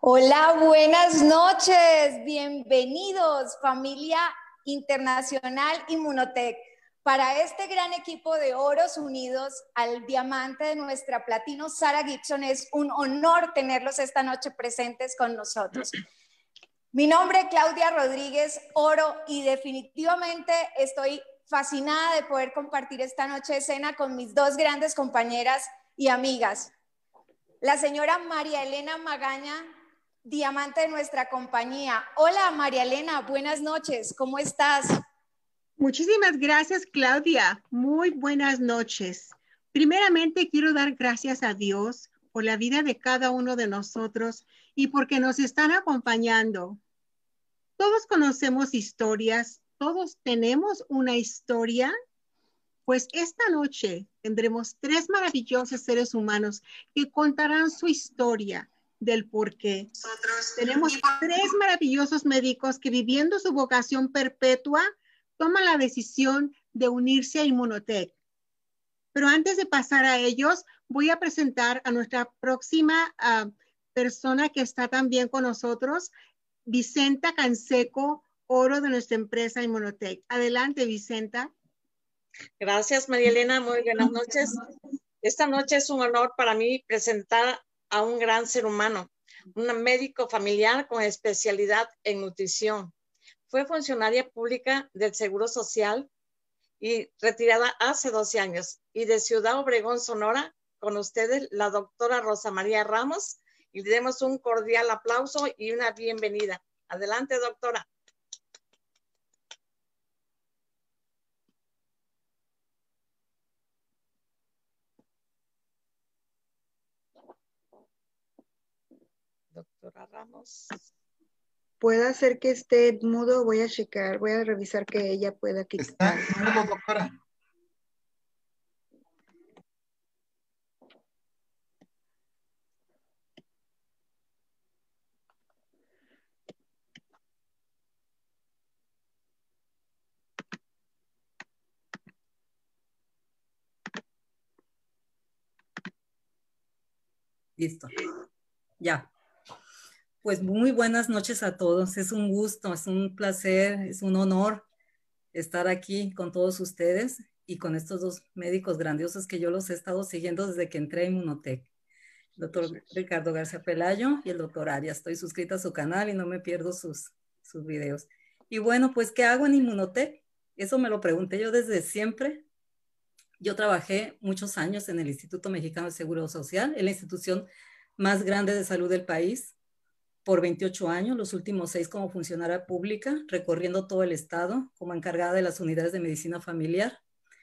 Hola, buenas noches. Bienvenidos, familia internacional Inmunotech. Para este gran equipo de oros unidos al diamante de nuestra platino, Sara Gibson, es un honor tenerlos esta noche presentes con nosotros. Mi nombre es Claudia Rodríguez Oro y definitivamente estoy fascinada de poder compartir esta noche de cena con mis dos grandes compañeras y amigas. La señora María Elena Magaña, diamante de nuestra compañía. Hola María Elena, buenas noches, ¿cómo estás? Muchísimas gracias, Claudia. Muy buenas noches. Primeramente, quiero dar gracias a Dios por la vida de cada uno de nosotros y porque nos están acompañando. Todos conocemos historias, todos tenemos una historia, pues esta noche tendremos tres maravillosos seres humanos que contarán su historia del por qué. Tenemos tres maravillosos médicos que, viviendo su vocación perpetua, toman la decisión de unirse a Inmunotech. Pero antes de pasar a ellos, voy a presentar a nuestra próxima persona que está también con nosotros, Vicenta Canseco, oro de nuestra empresa Inmunotech. Adelante, Vicenta. Gracias, María Elena. Muy buenas noches. Esta noche es un honor para mí presentar a un gran ser humano, un médico familiar con especialidad en nutrición. Fue funcionaria pública del Seguro Social y retirada hace 12 años. Y de Ciudad Obregón, Sonora, con ustedes, la doctora Rosa María Ramos. Y le demos un cordial aplauso y una bienvenida. Adelante, doctora. Doctora Ramos. Puede ser que esté mudo, voy a checar, voy a revisar que ella pueda quitar. Está mudo, doctora. Listo. Ya. Pues muy buenas noches a todos. Es un gusto, es un placer, es un honor estar aquí con todos ustedes y con estos dos médicos grandiosos que yo los he estado siguiendo desde que entré a Inmunotech. El doctor Ricardo García Pelayo y el doctor Arias. Estoy suscrita a su canal y no me pierdo sus videos. Y bueno, pues, ¿qué hago en Inmunotech? Eso me lo pregunté yo desde siempre. Yo trabajé muchos años en el Instituto Mexicano de Seguro Social, en la institución más grande de salud del país, por 28 años, los últimos 6 como funcionaria pública, recorriendo todo el estado como encargada de las unidades de medicina familiar.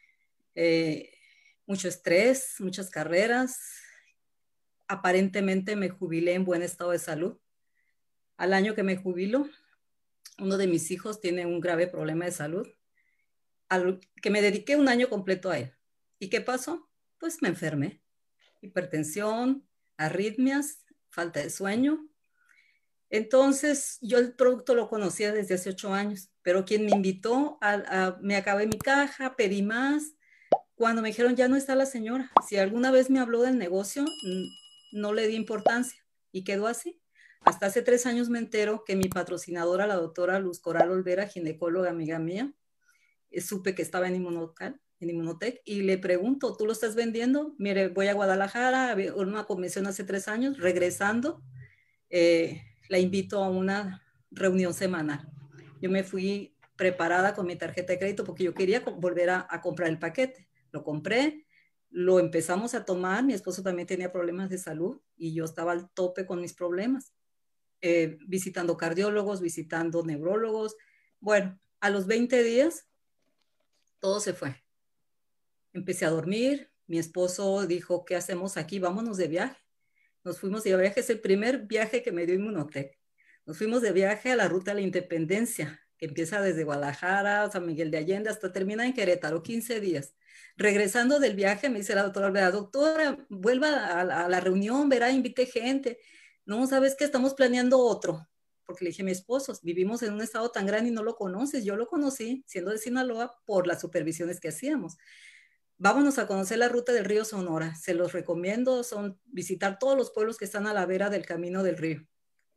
Mucho estrés, muchas carreras. Aparentemente me jubilé en buen estado de salud. Al año que me jubilo, uno de mis hijos tiene un grave problema de salud, al que me dediqué un año completo a él. ¿Y qué pasó? Pues me enfermé. Hipertensión, arritmias, falta de sueño. Entonces, yo el producto lo conocía desde hace 8 años, pero quien me invitó, me acabé mi caja, pedí más. Cuando me dijeron, ya no está la señora, si alguna vez me habló del negocio, no le di importancia y quedó así. Hasta hace 3 años me entero que mi patrocinadora, la doctora Luz Coral Olvera, ginecóloga amiga mía, supe que estaba en Inmunotech y le pregunto, ¿tú lo estás vendiendo? Mire, voy a Guadalajara, había una convención hace 3 años, regresando, la invito a una reunión semanal. Yo me fui preparada con mi tarjeta de crédito porque yo quería volver a comprar el paquete. Lo compré, lo empezamos a tomar, mi esposo también tenía problemas de salud y yo estaba al tope con mis problemas, visitando cardiólogos, visitando neurólogos. Bueno, a los 20 días, todo se fue. Empecé a dormir, mi esposo dijo, ¿qué hacemos aquí? Vámonos de viaje. Nos fuimos de viaje, es el primer viaje que me dio Inmunotech. Nos fuimos de viaje a la Ruta de la Independencia, que empieza desde Guadalajara, San Miguel de Allende, hasta termina en Querétaro, 15 días. Regresando del viaje, me dice la doctora Olvera, doctora, vuelva a la reunión, verá, invite gente. No, ¿sabes qué? Estamos planeando otro. Porque le dije a mi esposo, vivimos en un estado tan grande y no lo conoces. Yo lo conocí, siendo de Sinaloa, por las supervisiones que hacíamos. Vámonos a conocer la ruta del río Sonora. Se los recomiendo, son visitar todos los pueblos que están a la vera del camino del río.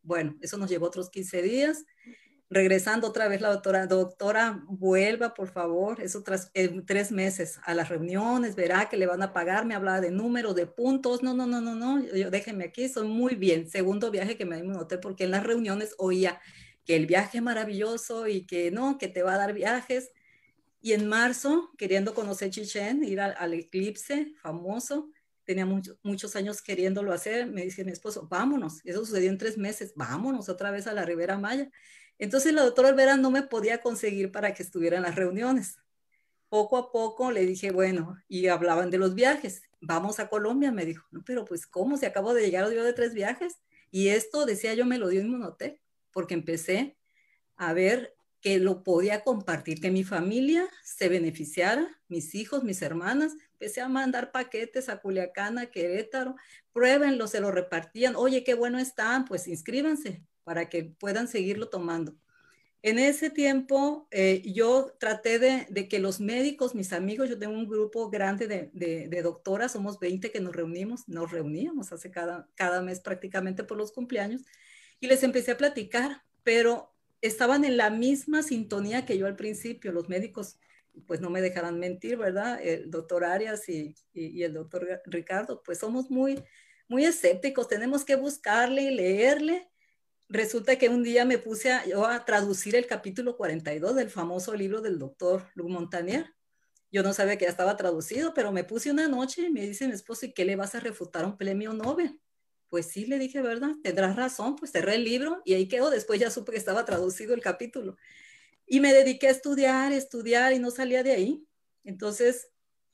Bueno, eso nos llevó otros 15 días. Regresando otra vez la doctora, vuelva, por favor, es otras 3 meses a las reuniones, verá que le van a pagar, me hablaba de números, de puntos, no, yo déjenme aquí, soy muy bien. Segundo viaje que me noté porque en las reuniones oía que el viaje es maravilloso y que no, que te va a dar viajes. Y en marzo, queriendo conocer Chichén, ir al eclipse famoso, tenía muchos años queriéndolo hacer, me dice mi esposo, vámonos, eso sucedió en 3 meses, vámonos otra vez a la Ribera Maya. Entonces la doctora Olvera no me podía conseguir para que estuviera en las reuniones. Poco a poco le dije, bueno, y hablaban de los viajes, vamos a Colombia, me dijo, no, pero pues ¿cómo? Si acabo de llegar yo de 3 viajes, y esto, decía yo, me lo dio Inmunotech, porque empecé a ver que lo podía compartir, que mi familia se beneficiara, mis hijos, mis hermanas. Empecé a mandar paquetes a Culiacán, a Querétaro, pruébenlo, se lo repartían, oye, qué bueno están, pues inscríbanse para que puedan seguirlo tomando. En ese tiempo yo traté de que los médicos, mis amigos, yo tengo un grupo grande de doctoras, somos 20 que nos reuníamos hace cada mes prácticamente por los cumpleaños, y les empecé a platicar, pero estaban en la misma sintonía que yo al principio, los médicos, pues no me dejarán mentir, ¿verdad? El doctor Arias y el doctor Ricardo, pues somos muy escépticos, tenemos que buscarle y leerle. Resulta que un día me puse yo a traducir el capítulo 42 del famoso libro del doctor Luc Montagnier. Yo no sabía que ya estaba traducido, pero me puse una noche y me dice mi esposo, ¿y qué le vas a refutar a un premio Nobel? Pues sí, le dije, ¿verdad? Tendrás razón, pues cerré el libro y ahí quedó. Después ya supe que estaba traducido el capítulo. Y me dediqué a estudiar y no salía de ahí. Entonces,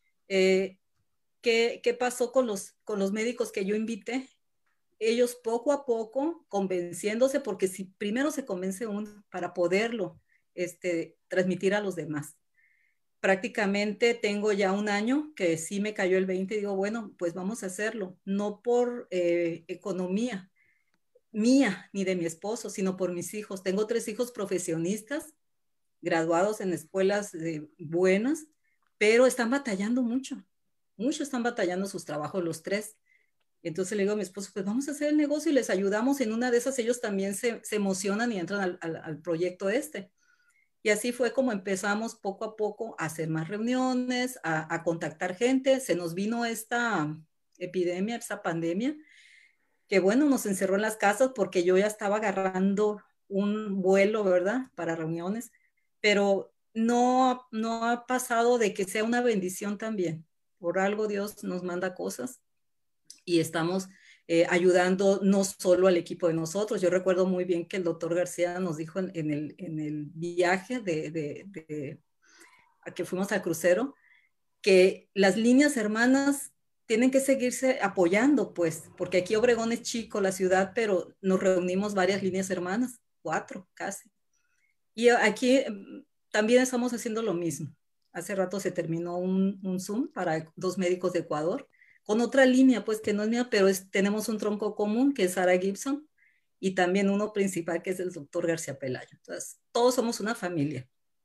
¿qué pasó con los médicos que yo invité? Ellos poco a poco convenciéndose, porque si primero se convence uno para poderlo transmitir a los demás. Prácticamente tengo ya 1 año que sí me cayó el 20 y digo, bueno, pues vamos a hacerlo, no por economía mía ni de mi esposo, sino por mis hijos. Tengo 3 hijos profesionistas, graduados en escuelas buenas, pero están batallando mucho están batallando sus trabajos los 3. Entonces le digo a mi esposo, pues vamos a hacer el negocio y les ayudamos. En una de esas ellos también se emocionan y entran al proyecto este. Y así fue como empezamos poco a poco a hacer más reuniones, a contactar gente. Se nos vino esta epidemia, esta pandemia, que bueno, nos encerró en las casas porque yo ya estaba agarrando un vuelo, ¿verdad? Para reuniones, pero no ha pasado de que sea una bendición también. Por algo Dios nos manda cosas y estamos ayudando no solo al equipo de nosotros. Yo recuerdo muy bien que el doctor García nos dijo en el viaje a que fuimos al crucero, que las líneas hermanas tienen que seguirse apoyando, pues, porque aquí Obregón es chico, la ciudad, pero nos reunimos varias líneas hermanas, 4 casi. Y aquí también estamos haciendo lo mismo. Hace rato se terminó un Zoom para 2 médicos de Ecuador, con otra línea, pues que no es mía, pero tenemos un tronco común, que es Sara Gibson, y también uno principal, que es el doctor García Pelayo. Entonces, todos somos una familia.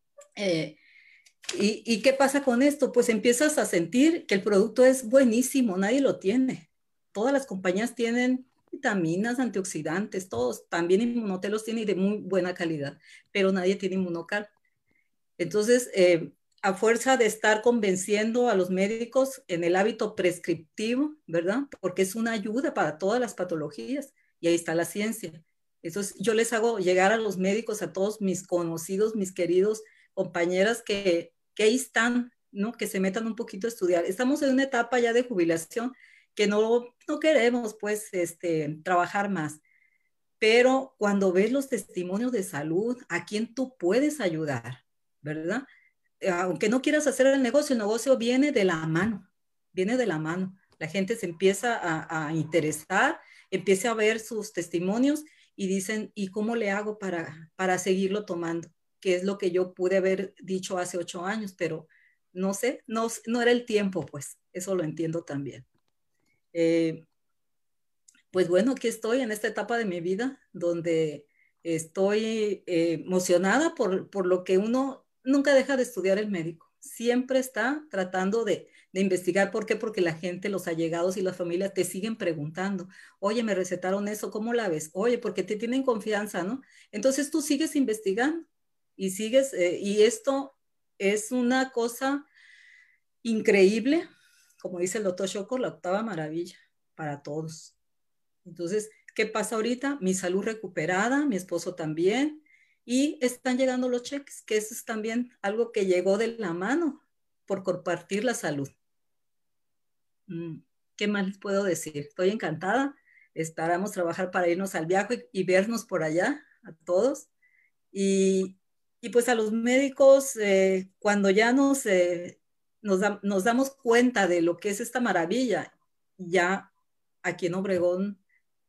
¿Y qué pasa con esto? Pues empiezas a sentir que el producto es buenísimo, nadie lo tiene. Todas las compañías tienen vitaminas, antioxidantes, todos. También Inmunotech los tiene y de muy buena calidad, pero nadie tiene Inmunocal. Entonces, a fuerza de estar convenciendo a los médicos en el hábito prescriptivo, ¿verdad? Porque es una ayuda para todas las patologías y ahí está la ciencia. Entonces, yo les hago llegar a los médicos, a todos mis conocidos, mis queridos compañeras que ahí están, ¿no? Que se metan un poquito a estudiar. Estamos en una etapa ya de jubilación que no queremos, pues, trabajar más. Pero cuando ves los testimonios de salud, ¿a quién tú puedes ayudar? ¿Verdad? Aunque no quieras hacer el negocio viene de la mano, viene de la mano. La gente se empieza a interesar, empieza a ver sus testimonios y dicen, ¿y cómo le hago para seguirlo tomando? Que es lo que yo pude haber dicho hace 8 años, pero no sé, no era el tiempo, pues, eso lo entiendo también. Pues bueno, aquí estoy en esta etapa de mi vida donde estoy emocionada por lo que uno nunca deja de estudiar el médico. Siempre está tratando de de investigar. ¿Por qué? Porque la gente, los allegados y las familias te siguen preguntando, oye, me recetaron eso, ¿cómo la ves? Oye, porque te tienen confianza, ¿no? Entonces tú sigues investigando y sigues, y esto es una cosa increíble, como dice el doctor Shoko, la octava maravilla para todos. Entonces, ¿qué pasa ahorita? Mi salud recuperada, mi esposo también, y están llegando los cheques, que eso es también algo que llegó de la mano por compartir la salud. ¿Qué más les puedo decir? Estoy encantada. Esperamos trabajar para irnos al viaje y vernos por allá a todos. Y pues a los médicos, cuando ya nos damos cuenta de lo que es esta maravilla, ya aquí en Obregón,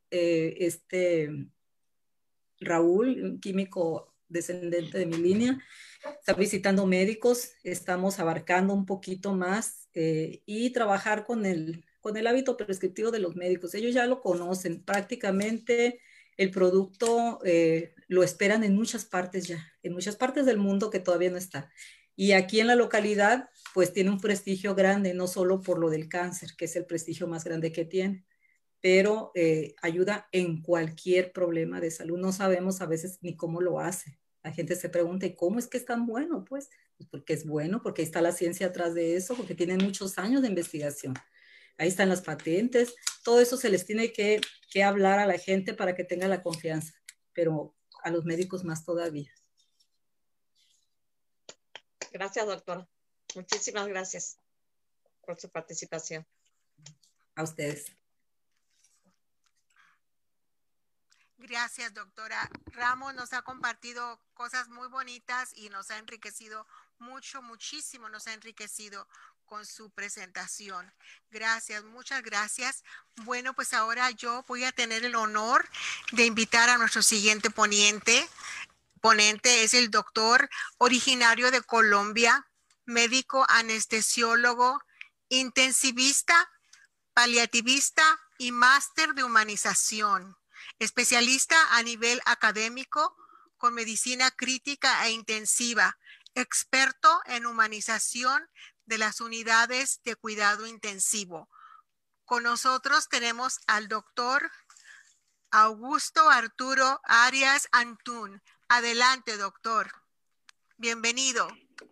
Raúl, un químico descendente de mi línea, está visitando médicos, estamos abarcando un poquito más y trabajar con el hábito prescriptivo de los médicos. Ellos ya lo conocen, prácticamente el producto lo esperan en muchas partes ya, en muchas partes del mundo que todavía no está. Y aquí en la localidad, pues tiene un prestigio grande, no solo por lo del cáncer, que es el prestigio más grande que tiene, pero ayuda en cualquier problema de salud. No sabemos a veces ni cómo lo hace. La gente se pregunta, ¿y cómo es que es tan bueno? Pues porque es bueno, porque ahí está la ciencia atrás de eso, porque tienen muchos años de investigación. Ahí están las patentes, todo eso se les tiene que hablar a la gente para que tenga la confianza, pero a los médicos más todavía. Gracias, doctora. Muchísimas gracias por su participación. A ustedes. Gracias, doctora. Ramos nos ha compartido cosas muy bonitas y nos ha enriquecido muchísimo nos ha enriquecido con su presentación. Gracias, muchas gracias. Bueno, pues ahora yo voy a tener el honor de invitar a nuestro siguiente ponente. Es el doctor originario de Colombia, médico anestesiólogo, intensivista, paliativista y máster de humanización. Especialista a nivel académico con medicina crítica e intensiva, experto en humanización de las unidades de cuidado intensivo. Con nosotros tenemos al doctor Augusto Arturo Arias Antún. Adelante, doctor. Bienvenido.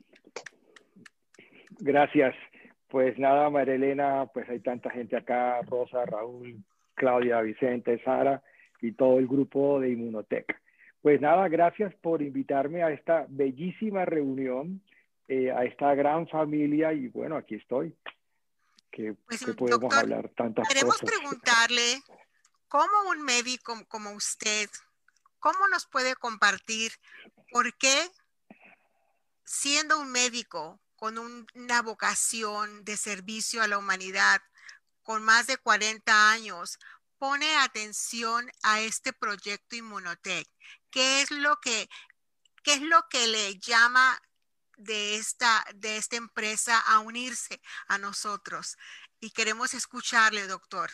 Gracias. Pues nada, María Elena, pues hay tanta gente acá, Rosa, Raúl, Claudia, Vicente, Sara y todo el grupo de Inmunotech. Pues nada, gracias por invitarme a esta bellísima reunión, a esta gran familia y bueno, aquí estoy. Que podemos doctor, hablar tantas queremos cosas. Queremos preguntarle, ¿cómo un médico como usted, cómo nos puede compartir por qué siendo un médico con una vocación de servicio a la humanidad, con más de 40 años, pone atención a este proyecto Inmunotech? ¿Qué es lo que le llama de esta empresa a unirse a nosotros? Y queremos escucharle, doctor.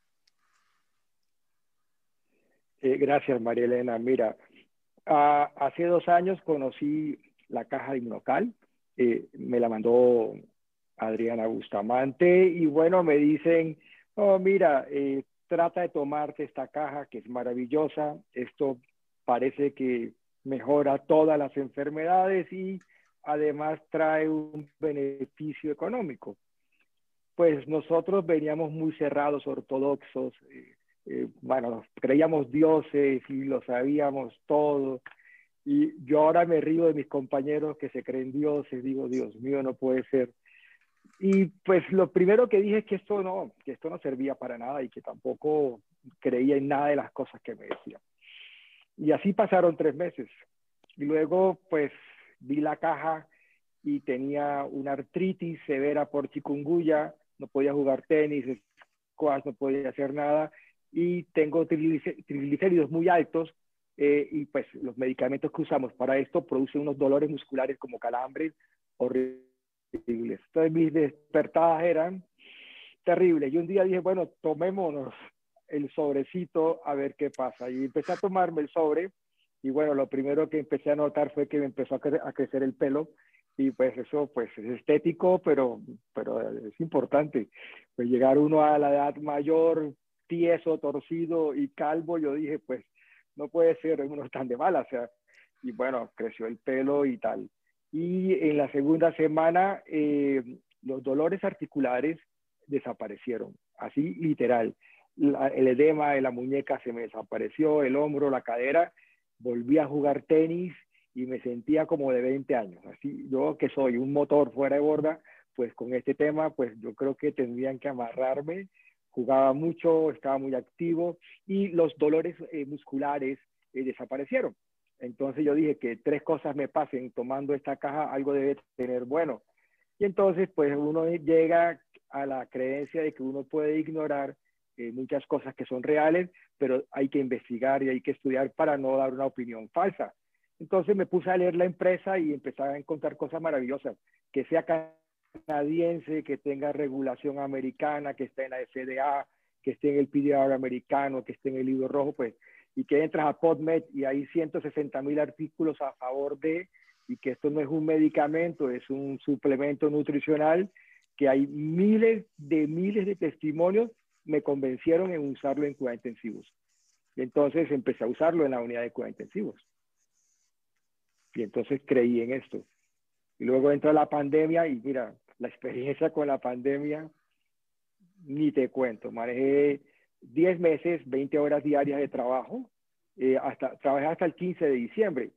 Gracias, María Elena. Mira, hace 2 años conocí la caja de Inmunocal. Me la mandó Adriana Bustamante y bueno, me dicen, oh, mira, trata de tomarte esta caja que es maravillosa. Esto parece que mejora todas las enfermedades y además trae un beneficio económico. Pues nosotros veníamos muy cerrados, ortodoxos, bueno, creíamos dioses y lo sabíamos todo. Y yo ahora me río de mis compañeros que se creen dioses, digo, Dios mío, no puede ser. Y pues lo primero que dije es que esto no servía para nada y que tampoco creía en nada de las cosas que me decían. Y así pasaron 3 meses. Y luego pues vi la caja y tenía una artritis severa por chikungunya, no podía jugar tenis, squash, no podía hacer nada y tengo triglicéridos muy altos. Y pues los medicamentos que usamos para esto producen unos dolores musculares como calambres horribles. Entonces mis despertadas eran terribles. Y un día dije, bueno, tomémonos el sobrecito a ver qué pasa. Y empecé a tomarme el sobre y bueno, lo primero que empecé a notar fue que me empezó a crecer el pelo Y pues eso pues es estético, pero es importante. Pues llegar uno a la edad mayor, tieso, torcido y calvo, yo dije, pues no puede ser uno tan de mala, o sea, y bueno, creció el pelo y tal. Y en la segunda semana, los dolores articulares desaparecieron, así literal. El edema de la muñeca se me desapareció, el hombro, la cadera, volví a jugar tenis y me sentía como de 20 años. Así, yo que soy un motor fuera de borda, pues con este tema, pues yo creo que tendrían que amarrarme. Jugaba mucho, estaba muy activo y los dolores musculares desaparecieron. Entonces yo dije que 3 cosas me pasen tomando esta caja, algo debe tener bueno. Y entonces pues uno llega a la creencia de que uno puede ignorar muchas cosas que son reales, pero hay que investigar y hay que estudiar para no dar una opinión falsa. Entonces me puse a leer la empresa y empecé a encontrar cosas maravillosas, que sea canadiense, que tenga regulación americana, que esté en la FDA, que esté en el PDR americano, que esté en el libro rojo, pues, y que entras a PubMed y hay 160,000 artículos a favor de, y que esto no es un medicamento, es un suplemento nutricional, que hay miles de testimonios, me convencieron en usarlo en cuidados intensivos. Y entonces empecé a usarlo en la unidad de cuidados intensivos. Y entonces creí en esto. Y luego entra la pandemia y mira, la experiencia con la pandemia, ni te cuento. Manejé 10 meses, 20 horas diarias de trabajo. Trabajé hasta el 15 de diciembre.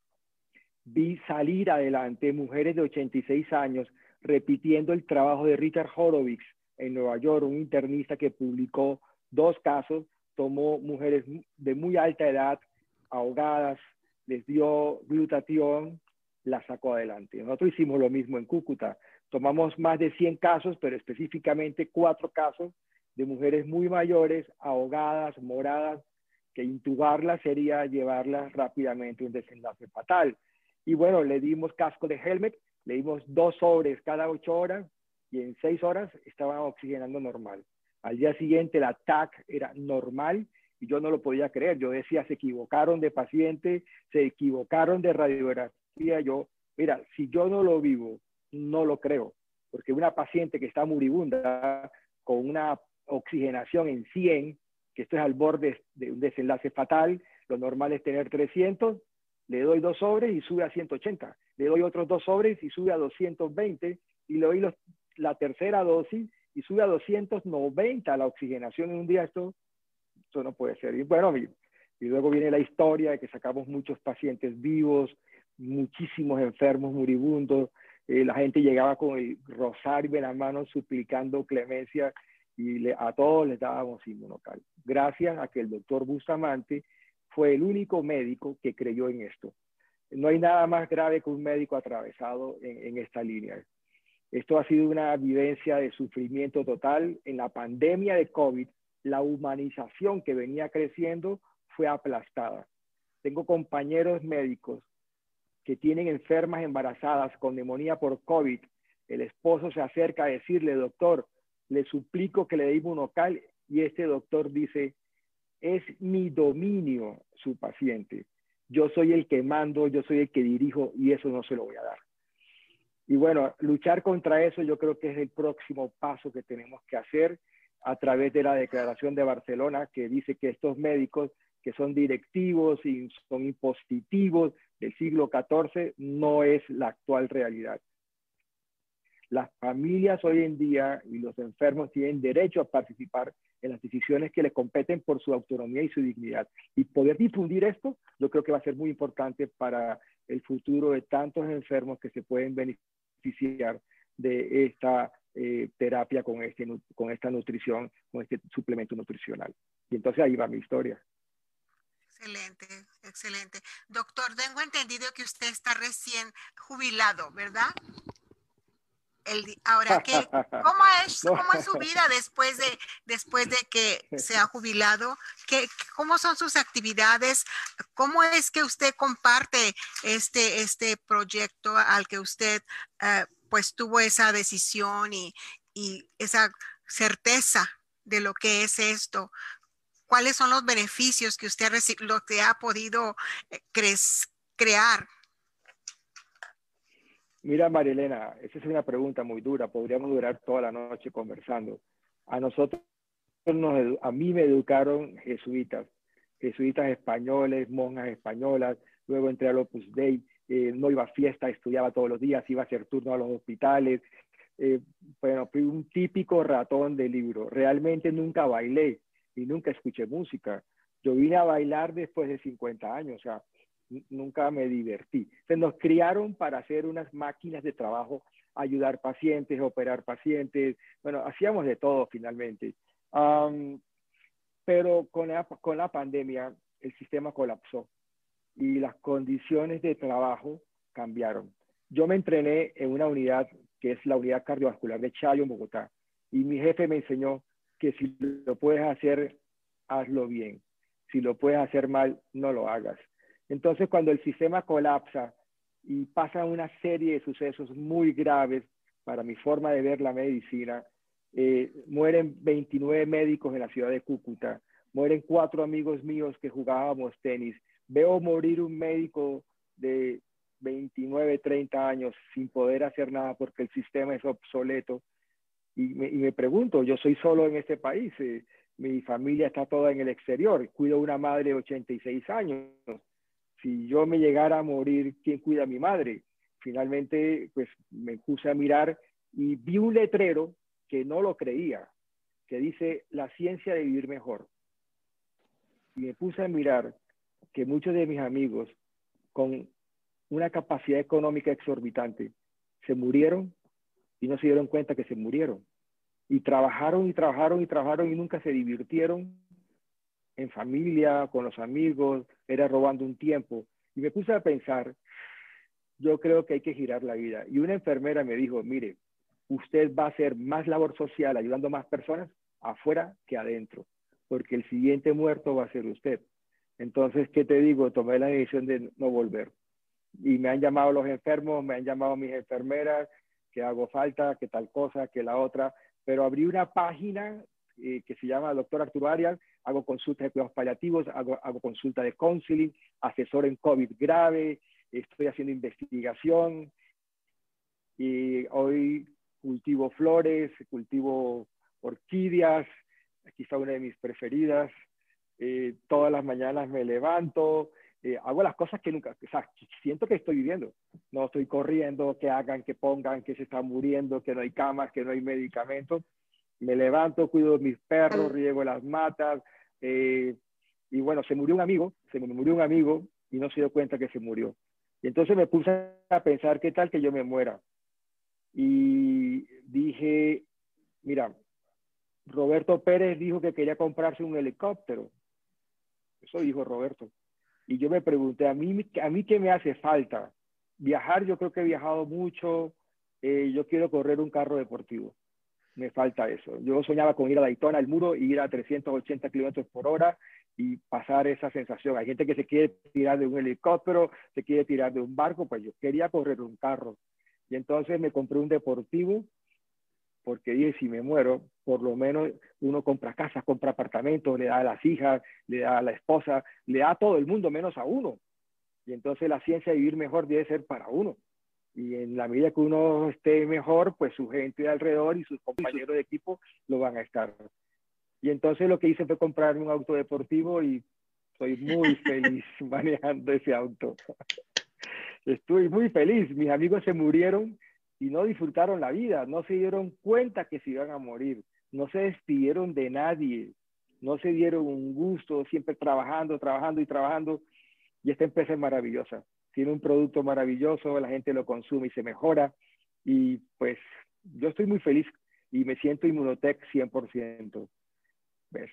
Vi salir adelante mujeres de 86 años repitiendo el trabajo de Richard Horowitz en Nueva York, un internista que publicó 2 casos, tomó mujeres de muy alta edad, ahogadas, les dio glutatión, la sacó adelante. Nosotros hicimos lo mismo en Cúcuta. Tomamos más de 100 casos, pero específicamente 4 casos de mujeres muy mayores, ahogadas, moradas, que intubarlas sería llevarlas rápidamente a un desenlace fatal. Y bueno, le dimos casco de helmet, le dimos 2 sobres cada 8 horas y en 6 horas estaban oxigenando normal. Al día siguiente la TAC era normal y yo no lo podía creer. Yo decía, se equivocaron de paciente, se equivocaron de radiografía. Yo, mira, si yo no lo vivo, no lo creo. Porque una paciente que está moribunda con una oxigenación en 100, que esto es al borde de un desenlace fatal, lo normal es tener 300, le doy 2 sobres y sube a 180. Le doy otros 2 sobres y sube a 220 y le doy la tercera dosis y sube a 290 la oxigenación en un día. Esto no puede ser. Y bueno, y luego viene la historia de que sacamos muchos pacientes vivos, muchísimos enfermos moribundos. La gente llegaba con el rosario en la mano suplicando clemencia y a todos les dábamos Inmunocal. Gracias a que el doctor Bustamante fue el único médico que creyó en esto. No hay nada más grave que un médico atravesado en esta línea. Esto ha sido una vivencia de sufrimiento total. En la pandemia de COVID, la humanización que venía creciendo fue aplastada. Tengo compañeros médicos que tienen enfermas embarazadas con neumonía por COVID. El esposo se acerca a decirle, doctor, le suplico que le dé Inmunocal, y este doctor dice, es mi dominio su paciente. Yo soy el que mando, yo soy el que dirijo y eso no se lo voy a dar. Y bueno, luchar contra eso yo creo que es el próximo paso que tenemos que hacer a través de la Declaración de Barcelona, que dice que estos médicos que son directivos y son impositivos del siglo XIV no es la actual realidad. Las familias hoy en día y los enfermos tienen derecho a participar en las decisiones que les competen por su autonomía y su dignidad. Y poder difundir esto, yo creo que va a ser muy importante para el futuro de tantos enfermos que se pueden beneficiar de esta terapia con esta nutrición, con este suplemento nutricional. Y entonces ahí va mi historia. Excelente, excelente. Doctor, tengo entendido que usted está recién jubilado, ¿verdad? Ahora, ¿cómo es su vida después de que se ha jubilado? ¿Cómo son sus actividades? ¿Cómo es que usted comparte este proyecto al que usted pues tuvo esa decisión y esa certeza de lo que es esto? ¿Cuáles son los beneficios que usted ha podido crear? Mira, Marielena, esa es una pregunta muy dura. Podríamos durar toda la noche conversando. A nosotros, a mí me educaron jesuitas, jesuitas españoles, monjas españolas. Luego entré al Opus Dei, no iba a fiesta, estudiaba todos los días, iba a hacer turno a los hospitales. Bueno, fui un típico ratón de libro. Realmente nunca bailé y nunca escuché música. Yo vine a bailar después de 50 años, o sea, nunca me divertí. Entonces nos criaron para hacer unas máquinas de trabajo, ayudar pacientes, operar pacientes. Bueno, hacíamos de todo finalmente. Pero con la pandemia el sistema colapsó y las condiciones de trabajo cambiaron. Yo me entrené en una unidad que es la unidad cardiovascular de Chayo en Bogotá, y mi jefe me enseñó que si lo puedes hacer, hazlo bien. Si lo puedes hacer mal, no lo hagas. Entonces, cuando el sistema colapsa y pasa una serie de sucesos muy graves para mi forma de ver la medicina, mueren 29 médicos en la ciudad de Cúcuta, mueren 4 amigos míos que jugábamos tenis, veo morir un médico de 29, 30 años sin poder hacer nada porque el sistema es obsoleto. Y me pregunto, yo soy solo en este país, mi familia está toda en el exterior, cuido a una madre de 86 años. Si yo me llegara a morir, ¿quién cuida a mi madre? Finalmente, pues me puse a mirar y vi un letrero que no lo creía, que dice la ciencia de vivir mejor. Y me puse a mirar que muchos de mis amigos con una capacidad económica exorbitante se murieron y no se dieron cuenta que se murieron. Y trabajaron y trabajaron y trabajaron y nunca se divirtieron en familia, con los amigos, era robando un tiempo. Y me puse a pensar, yo creo que hay que girar la vida. Y una enfermera me dijo, mire, usted va a hacer más labor social ayudando a más personas afuera que adentro, porque el siguiente muerto va a ser usted. Entonces, ¿qué te digo? Tomé la decisión de no volver. Y me han llamado los enfermos, me han llamado mis enfermeras, que hago falta, que tal cosa, que la otra. Pero abrí una página que se llama Doctor Arturo Arias, hago consultas de cuidados paliativos, hago consulta de counseling, asesor en COVID grave, estoy haciendo investigación y hoy cultivo flores, cultivo orquídeas, aquí está una de mis preferidas, todas las mañanas me levanto, hago las cosas que nunca, o sea, siento que estoy viviendo, no estoy corriendo, que hagan, que pongan, que se están muriendo, que no hay camas, que no hay medicamentos. Me levanto, cuido de mis perros, riego las matas, y bueno, se me murió un amigo y no se dio cuenta que se murió. Y entonces me puse a pensar, ¿qué tal que yo me muera? Y dije, mira, Roberto Pérez dijo que quería comprarse un helicóptero. Eso dijo Roberto. Y yo me pregunté, ¿a mí qué me hace falta? Viajar, yo creo que he viajado mucho, yo quiero correr un carro deportivo. Me falta eso. Yo soñaba con ir a Daytona, al muro, y ir a 380 kilómetros por hora y pasar esa sensación. Hay gente que se quiere tirar de un helicóptero, se quiere tirar de un barco, pues yo quería correr un carro. Y entonces me compré un deportivo porque dije, si me muero, por lo menos uno compra casas, compra apartamentos, le da a las hijas, le da a la esposa, le da a todo el mundo menos a uno. Y entonces la ciencia de vivir mejor debe ser para uno. Y en la medida que uno esté mejor, pues su gente de alrededor y sus compañeros de equipo lo van a estar. Y entonces lo que hice fue comprarme un auto deportivo y estoy muy feliz manejando ese auto. Estoy muy feliz. Mis amigos se murieron y no disfrutaron la vida, no se dieron cuenta que se iban a morir, no se despidieron de nadie, no se dieron un gusto, siempre trabajando, trabajando y trabajando. Y esta empresa es maravillosa. Tiene un producto maravilloso, la gente lo consume y se mejora. Y pues yo estoy muy feliz y me siento Inmunotech 100%. ¿Ves?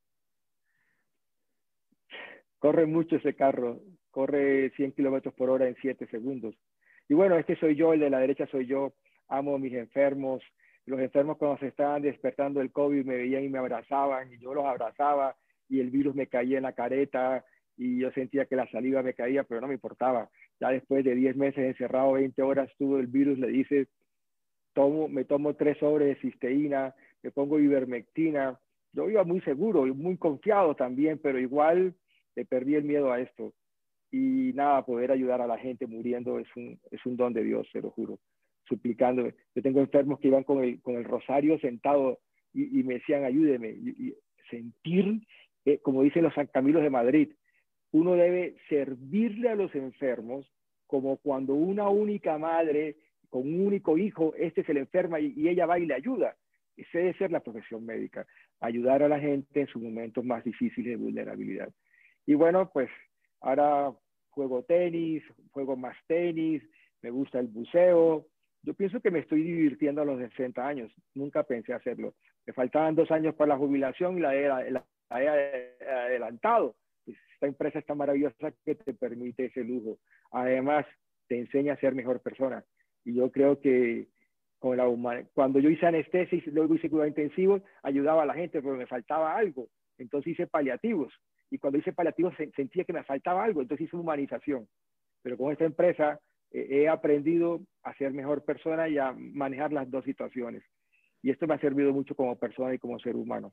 Corre mucho ese carro, corre 100 kilómetros por hora en 7 segundos. Y bueno, este soy yo, el de la derecha soy yo, amo a mis enfermos. Los enfermos cuando se estaban despertando del COVID me veían y me abrazaban y yo los abrazaba y el virus me caía en la careta y yo sentía que la saliva me caía, pero no me importaba. Ya después de 10 meses encerrado, 20 horas, tuvo el virus, le dices, me tomo 3 sobres de cisteína, me pongo ivermectina. Yo iba muy seguro y muy confiado también, pero igual le perdí el miedo a esto. y nada, poder ayudar a la gente muriendo es un don de Dios, se lo juro, suplicándome. Yo tengo enfermos que iban con el rosario sentado y me decían, ayúdeme, y sentir, como dicen los San Camilos de Madrid, uno debe servirle a los enfermos como cuando una única madre con un único hijo, se le enferma y ella va y le ayuda. Esa debe ser la profesión médica, ayudar a la gente en sus momentos más difíciles de vulnerabilidad. Y bueno, pues ahora juego tenis, juego más tenis, me gusta el buceo. Yo pienso que me estoy divirtiendo a los 60 años. Nunca pensé hacerlo. Me faltaban 2 años para la jubilación y la he adelantado. Esta empresa está maravillosa que te permite ese lujo. Además, te enseña a ser mejor persona. Y yo creo que cuando yo hice anestesia y luego hice cuidados intensivos, ayudaba a la gente, pero me faltaba algo. Entonces hice paliativos. Y cuando hice paliativos sentía que me faltaba algo. Entonces hice humanización. Pero con esta empresa he aprendido a ser mejor persona y a manejar las dos situaciones. Y esto me ha servido mucho como persona y como ser humano.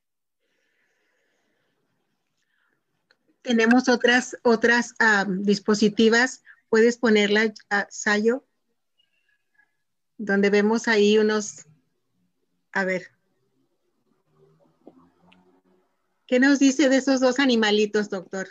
Tenemos otras dispositivas. ¿Puedes ponerla, Sayo? Donde vemos ahí unos... A ver. ¿Qué nos dice de esos 2 animalitos, doctor?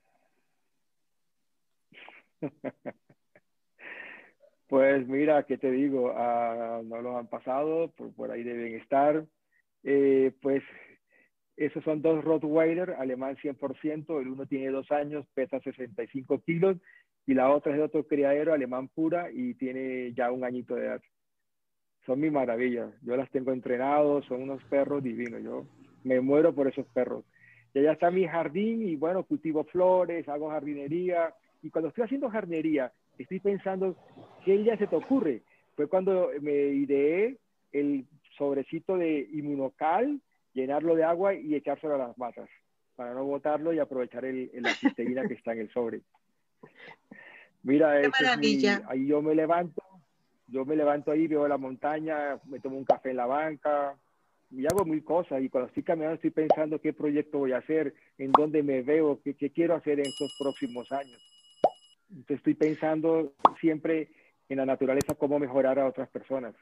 Pues mira, ¿qué te digo? No los han pasado, por ahí deben estar. Pues esos son 2 Rottweiler, alemán 100%. El uno tiene 2 años, pesa 65 kilos. Y la otra es de otro criadero, alemán pura, y tiene ya 1 añito de edad. Son mi maravilla. Yo las tengo entrenados, son unos perros divinos. Yo me muero por esos perros. Y allá está mi jardín y bueno, cultivo flores, hago jardinería. Y cuando estoy haciendo jardinería, estoy pensando, ¿qué idea se te ocurre? Fue cuando me ideé el sobrecito de Inmunocal, llenarlo de agua y echárselo a las matas, para no botarlo y aprovechar la cisteína que está en el sobre. Mira, ¡qué maravilla! Ahí yo me levanto ahí, veo la montaña, me tomo un café en la banca y hago 1000 cosas. Y cuando estoy caminando estoy pensando qué proyecto voy a hacer, en dónde me veo, qué quiero hacer en estos próximos años. Entonces estoy pensando siempre en la naturaleza, cómo mejorar a otras personas.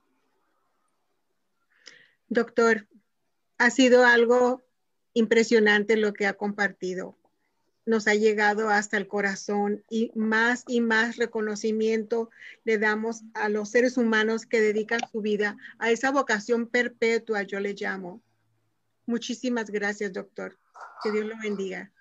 Doctor, ha sido algo impresionante lo que ha compartido. Nos ha llegado hasta el corazón y más reconocimiento le damos a los seres humanos que dedican su vida a esa vocación perpetua, yo le llamo. Muchísimas gracias, doctor. Que Dios lo bendiga.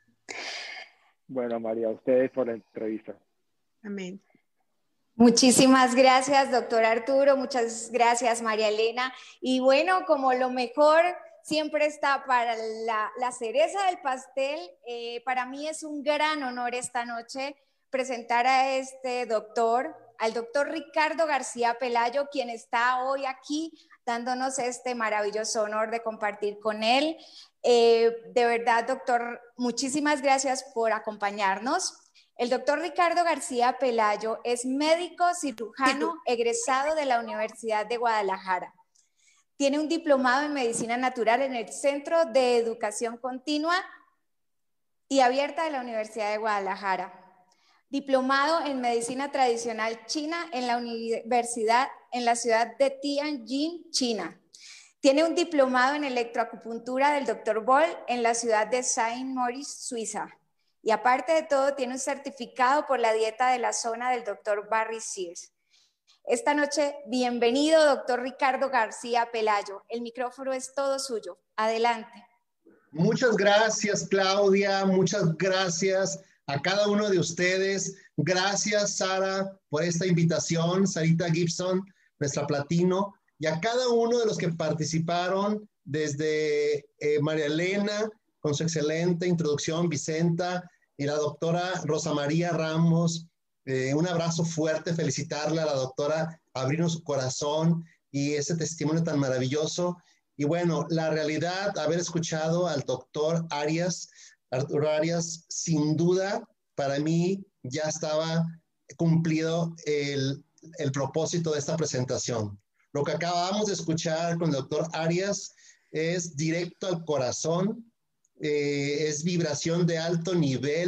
Bueno, María, a ustedes por la entrevista. Amén. Muchísimas gracias, doctor Arturo. Muchas gracias, María Elena. Y bueno, como lo mejor siempre está para la cereza del pastel, para mí es un gran honor esta noche presentar a al doctor Ricardo García Pelayo, quien está hoy aquí dándonos este maravilloso honor de compartir con él. De verdad, doctor, muchísimas gracias por acompañarnos. El doctor Ricardo García Pelayo es médico cirujano egresado de la Universidad de Guadalajara. Tiene un diplomado en medicina natural en el Centro de Educación Continua y Abierta de la Universidad de Guadalajara. Diplomado en medicina tradicional china en la universidad en la ciudad de Tianjin, China. Tiene un diplomado en electroacupuntura del Dr. Boll en la ciudad de Saint-Moritz, Suiza. Y aparte de todo, tiene un certificado por la dieta de la zona del Dr. Barry Sears. Esta noche, bienvenido, doctor Ricardo García Pelayo. El micrófono es todo suyo. Adelante. Muchas gracias, Claudia. Muchas gracias a cada uno de ustedes. Gracias, Sara, por esta invitación. Sarita Gibson, nuestra platino. Y a cada uno de los que participaron, desde María Elena, con su excelente introducción, Vicenta, y la doctora Rosa María Ramos. Un abrazo fuerte, felicitarle a la doctora, abrirnos su corazón y ese testimonio tan maravilloso. Y bueno, la realidad, haber escuchado al doctor Arias, Arturo Arias, sin duda, para mí ya estaba cumplido el propósito de esta presentación. Lo que acabamos de escuchar con el doctor Arias es directo al corazón, es vibración de alto nivel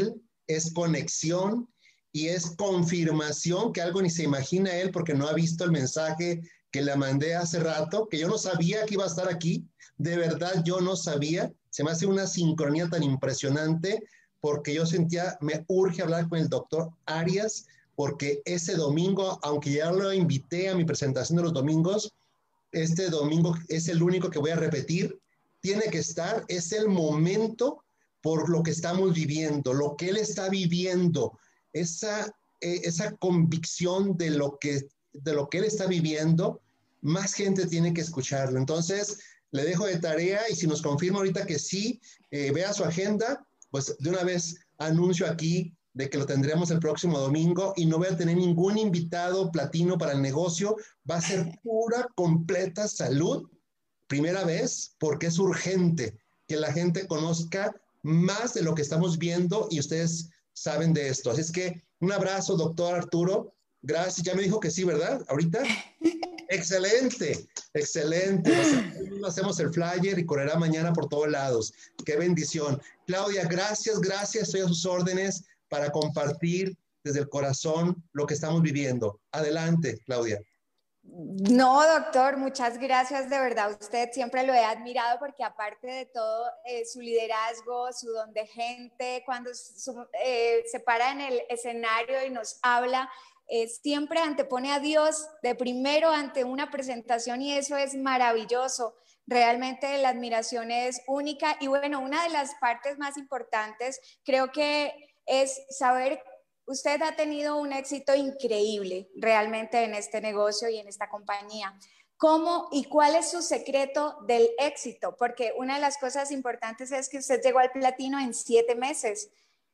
es conexión y es confirmación que algo ni se imagina él porque no ha visto el mensaje que le mandé hace rato, que yo no sabía que iba a estar aquí. De verdad, yo no sabía. Se me hace una sincronía tan impresionante porque yo sentía, me urge hablar con el doctor Arias, porque ese domingo, aunque ya lo invité a mi presentación de los domingos, este domingo es el único que voy a repetir. Tiene que estar, es el momento por lo que estamos viviendo, lo que él está viviendo, esa convicción de lo que él está viviendo, más gente tiene que escucharlo. Entonces, le dejo de tarea y si nos confirma ahorita que sí, vea su agenda, pues de una vez anuncio aquí de que lo tendremos el próximo domingo y no voy a tener ningún invitado platino para el negocio, va a ser pura, completa salud, primera vez, porque es urgente que la gente conozca más de lo que estamos viendo y ustedes saben de esto. Así es que un abrazo, doctor Arturo. Gracias. Ya me dijo que sí, ¿verdad? Ahorita. Excelente, excelente. Hacemos el flyer y correrá mañana por todos lados. Qué bendición. Claudia, gracias, estoy a sus órdenes para compartir desde el corazón lo que estamos viviendo. Adelante, Claudia. No, doctor, muchas gracias, de verdad. Usted siempre lo he admirado porque aparte de todo, su liderazgo, su don de gente, cuando se para en el escenario y nos habla, siempre antepone a Dios de primero ante una presentación y eso es maravilloso. Realmente la admiración es única y bueno, una de las partes más importantes creo que es saber. Usted ha tenido un éxito increíble realmente en este negocio y en esta compañía. ¿Cómo y cuál es su secreto del éxito? Porque una de las cosas importantes es que usted llegó al platino en 7 meses.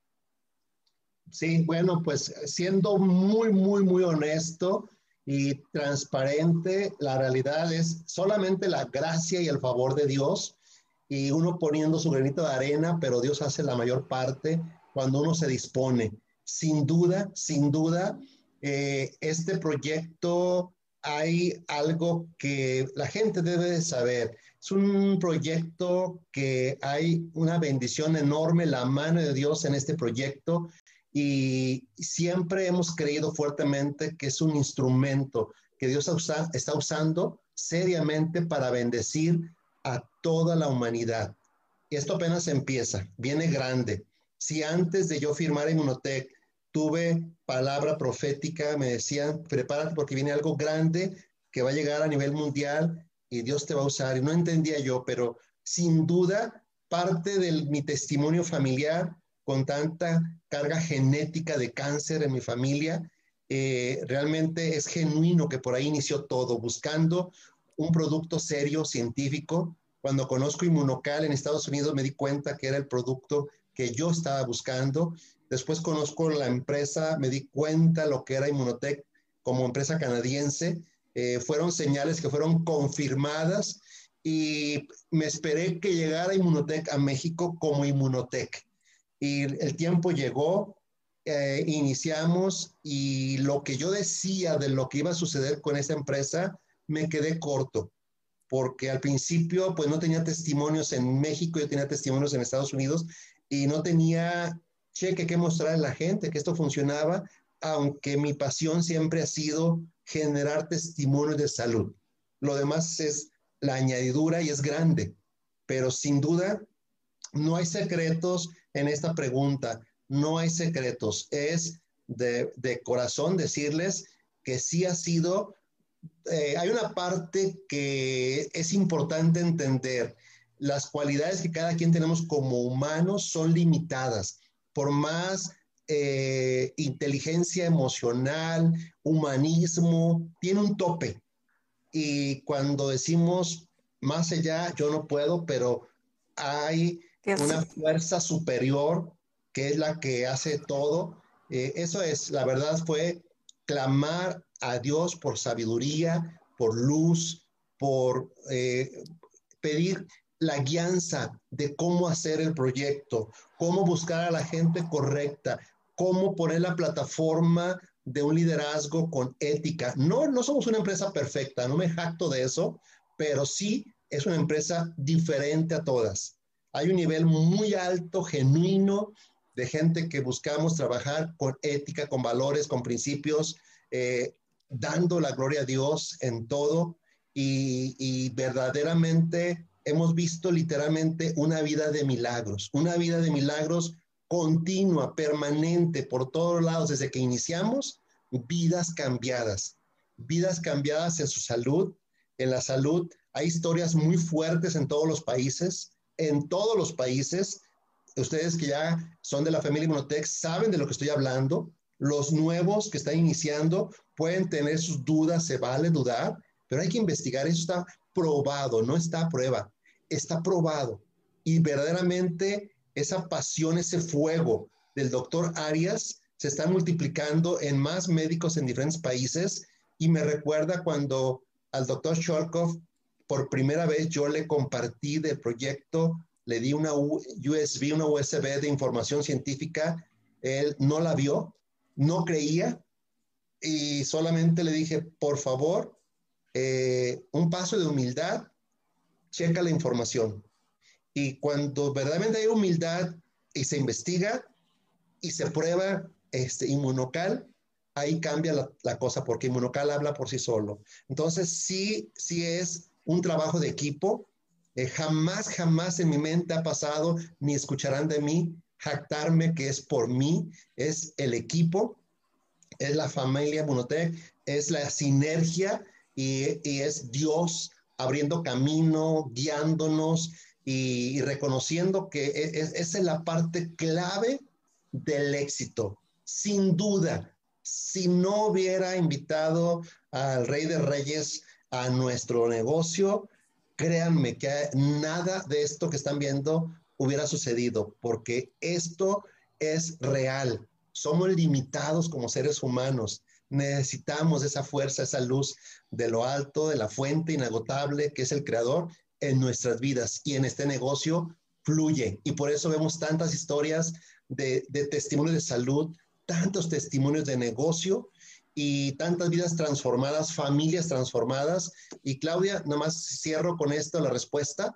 Sí, bueno, pues siendo muy, muy, muy honesto y transparente, la realidad es solamente la gracia y el favor de Dios y uno poniendo su granito de arena, pero Dios hace la mayor parte cuando uno se dispone. Sin duda, este proyecto hay algo que la gente debe de saber. Es un proyecto que hay una bendición enorme, la mano de Dios en este proyecto y siempre hemos creído fuertemente que es un instrumento que Dios está usando seriamente para bendecir a toda la humanidad. Y esto apenas empieza, viene grande. Si antes de yo firmar Immunotec tuve palabra profética, me decían, prepárate porque viene algo grande que va a llegar a nivel mundial y Dios te va a usar. Y no entendía yo, pero sin duda, parte de mi testimonio familiar, con tanta carga genética de cáncer en mi familia, realmente es genuino que por ahí inició todo, buscando un producto serio, científico. Cuando conozco Inmunocal en Estados Unidos me di cuenta que era el producto que yo estaba buscando. Después conozco la empresa, me di cuenta lo que era Immunotec como empresa canadiense. Fueron señales que fueron confirmadas y me esperé que llegara Immunotec a México como Immunotec. Y el tiempo llegó, iniciamos y lo que yo decía de lo que iba a suceder con esa empresa, me quedé corto. Porque al principio pues no tenía testimonios en México, yo tenía testimonios en Estados Unidos y no tenía cheque que mostrar a la gente que esto funcionaba, aunque mi pasión siempre ha sido generar testimonios de salud. Lo demás es la añadidura y es grande, pero sin duda no hay secretos en esta pregunta, no hay secretos. Es de corazón decirles que sí ha sido. Hay una parte que es importante entender. Las cualidades que cada quien tenemos como humanos son limitadas. Por más inteligencia emocional, humanismo, tiene un tope. Y cuando decimos más allá, yo no puedo, pero hay una fuerza superior que es la que hace todo. Eso es, la verdad fue clamar a Dios por sabiduría, por luz, por pedir la guianza de cómo hacer el proyecto, cómo buscar a la gente correcta, cómo poner la plataforma de un liderazgo con ética. No somos una empresa perfecta, no me jacto de eso, pero sí es una empresa diferente a todas. Hay un nivel muy alto, genuino, de gente que buscamos trabajar con ética, con valores, con principios, dando la gloria a Dios en todo y verdaderamente hemos visto literalmente una vida de milagros continua, permanente, por todos lados, desde que iniciamos, vidas cambiadas en su salud, en la salud. Hay historias muy fuertes en todos los países. Ustedes que ya son de la familia Inmunotech saben de lo que estoy hablando. Los nuevos que están iniciando pueden tener sus dudas, se vale dudar, pero hay que investigar. Eso está probado, no está a prueba, está probado. Y verdaderamente esa pasión, ese fuego del doctor Arias se está multiplicando en más médicos en diferentes países. Y me recuerda cuando al doctor Sholkov, por primera vez yo le compartí del proyecto, le di una USB de información científica, él no la vio, no creía, y solamente le dije, por favor, un paso de humildad, checa la información. Y cuando verdaderamente hay humildad y se investiga y se prueba Inmunocal, ahí cambia la cosa, porque Inmunocal habla por sí solo. Entonces sí es un trabajo de equipo. Jamás en mi mente ha pasado, ni escucharán de mí jactarme que es por mí, es el equipo, es la familia Inmunotech, es la sinergia y es Dios abriendo camino, guiándonos y reconociendo que esa es la parte clave del éxito. Sin duda, si no hubiera invitado al Rey de Reyes a nuestro negocio, créanme que nada de esto que están viendo hubiera sucedido, porque esto es real. Somos limitados como seres humanos. Necesitamos esa fuerza, esa luz de lo alto, de la fuente inagotable que es el Creador en nuestras vidas, y en este negocio fluye. Y por eso vemos tantas historias de testimonios de salud, tantos testimonios de negocio y tantas vidas transformadas, familias transformadas. Y Claudia, nada más cierro con esto la respuesta.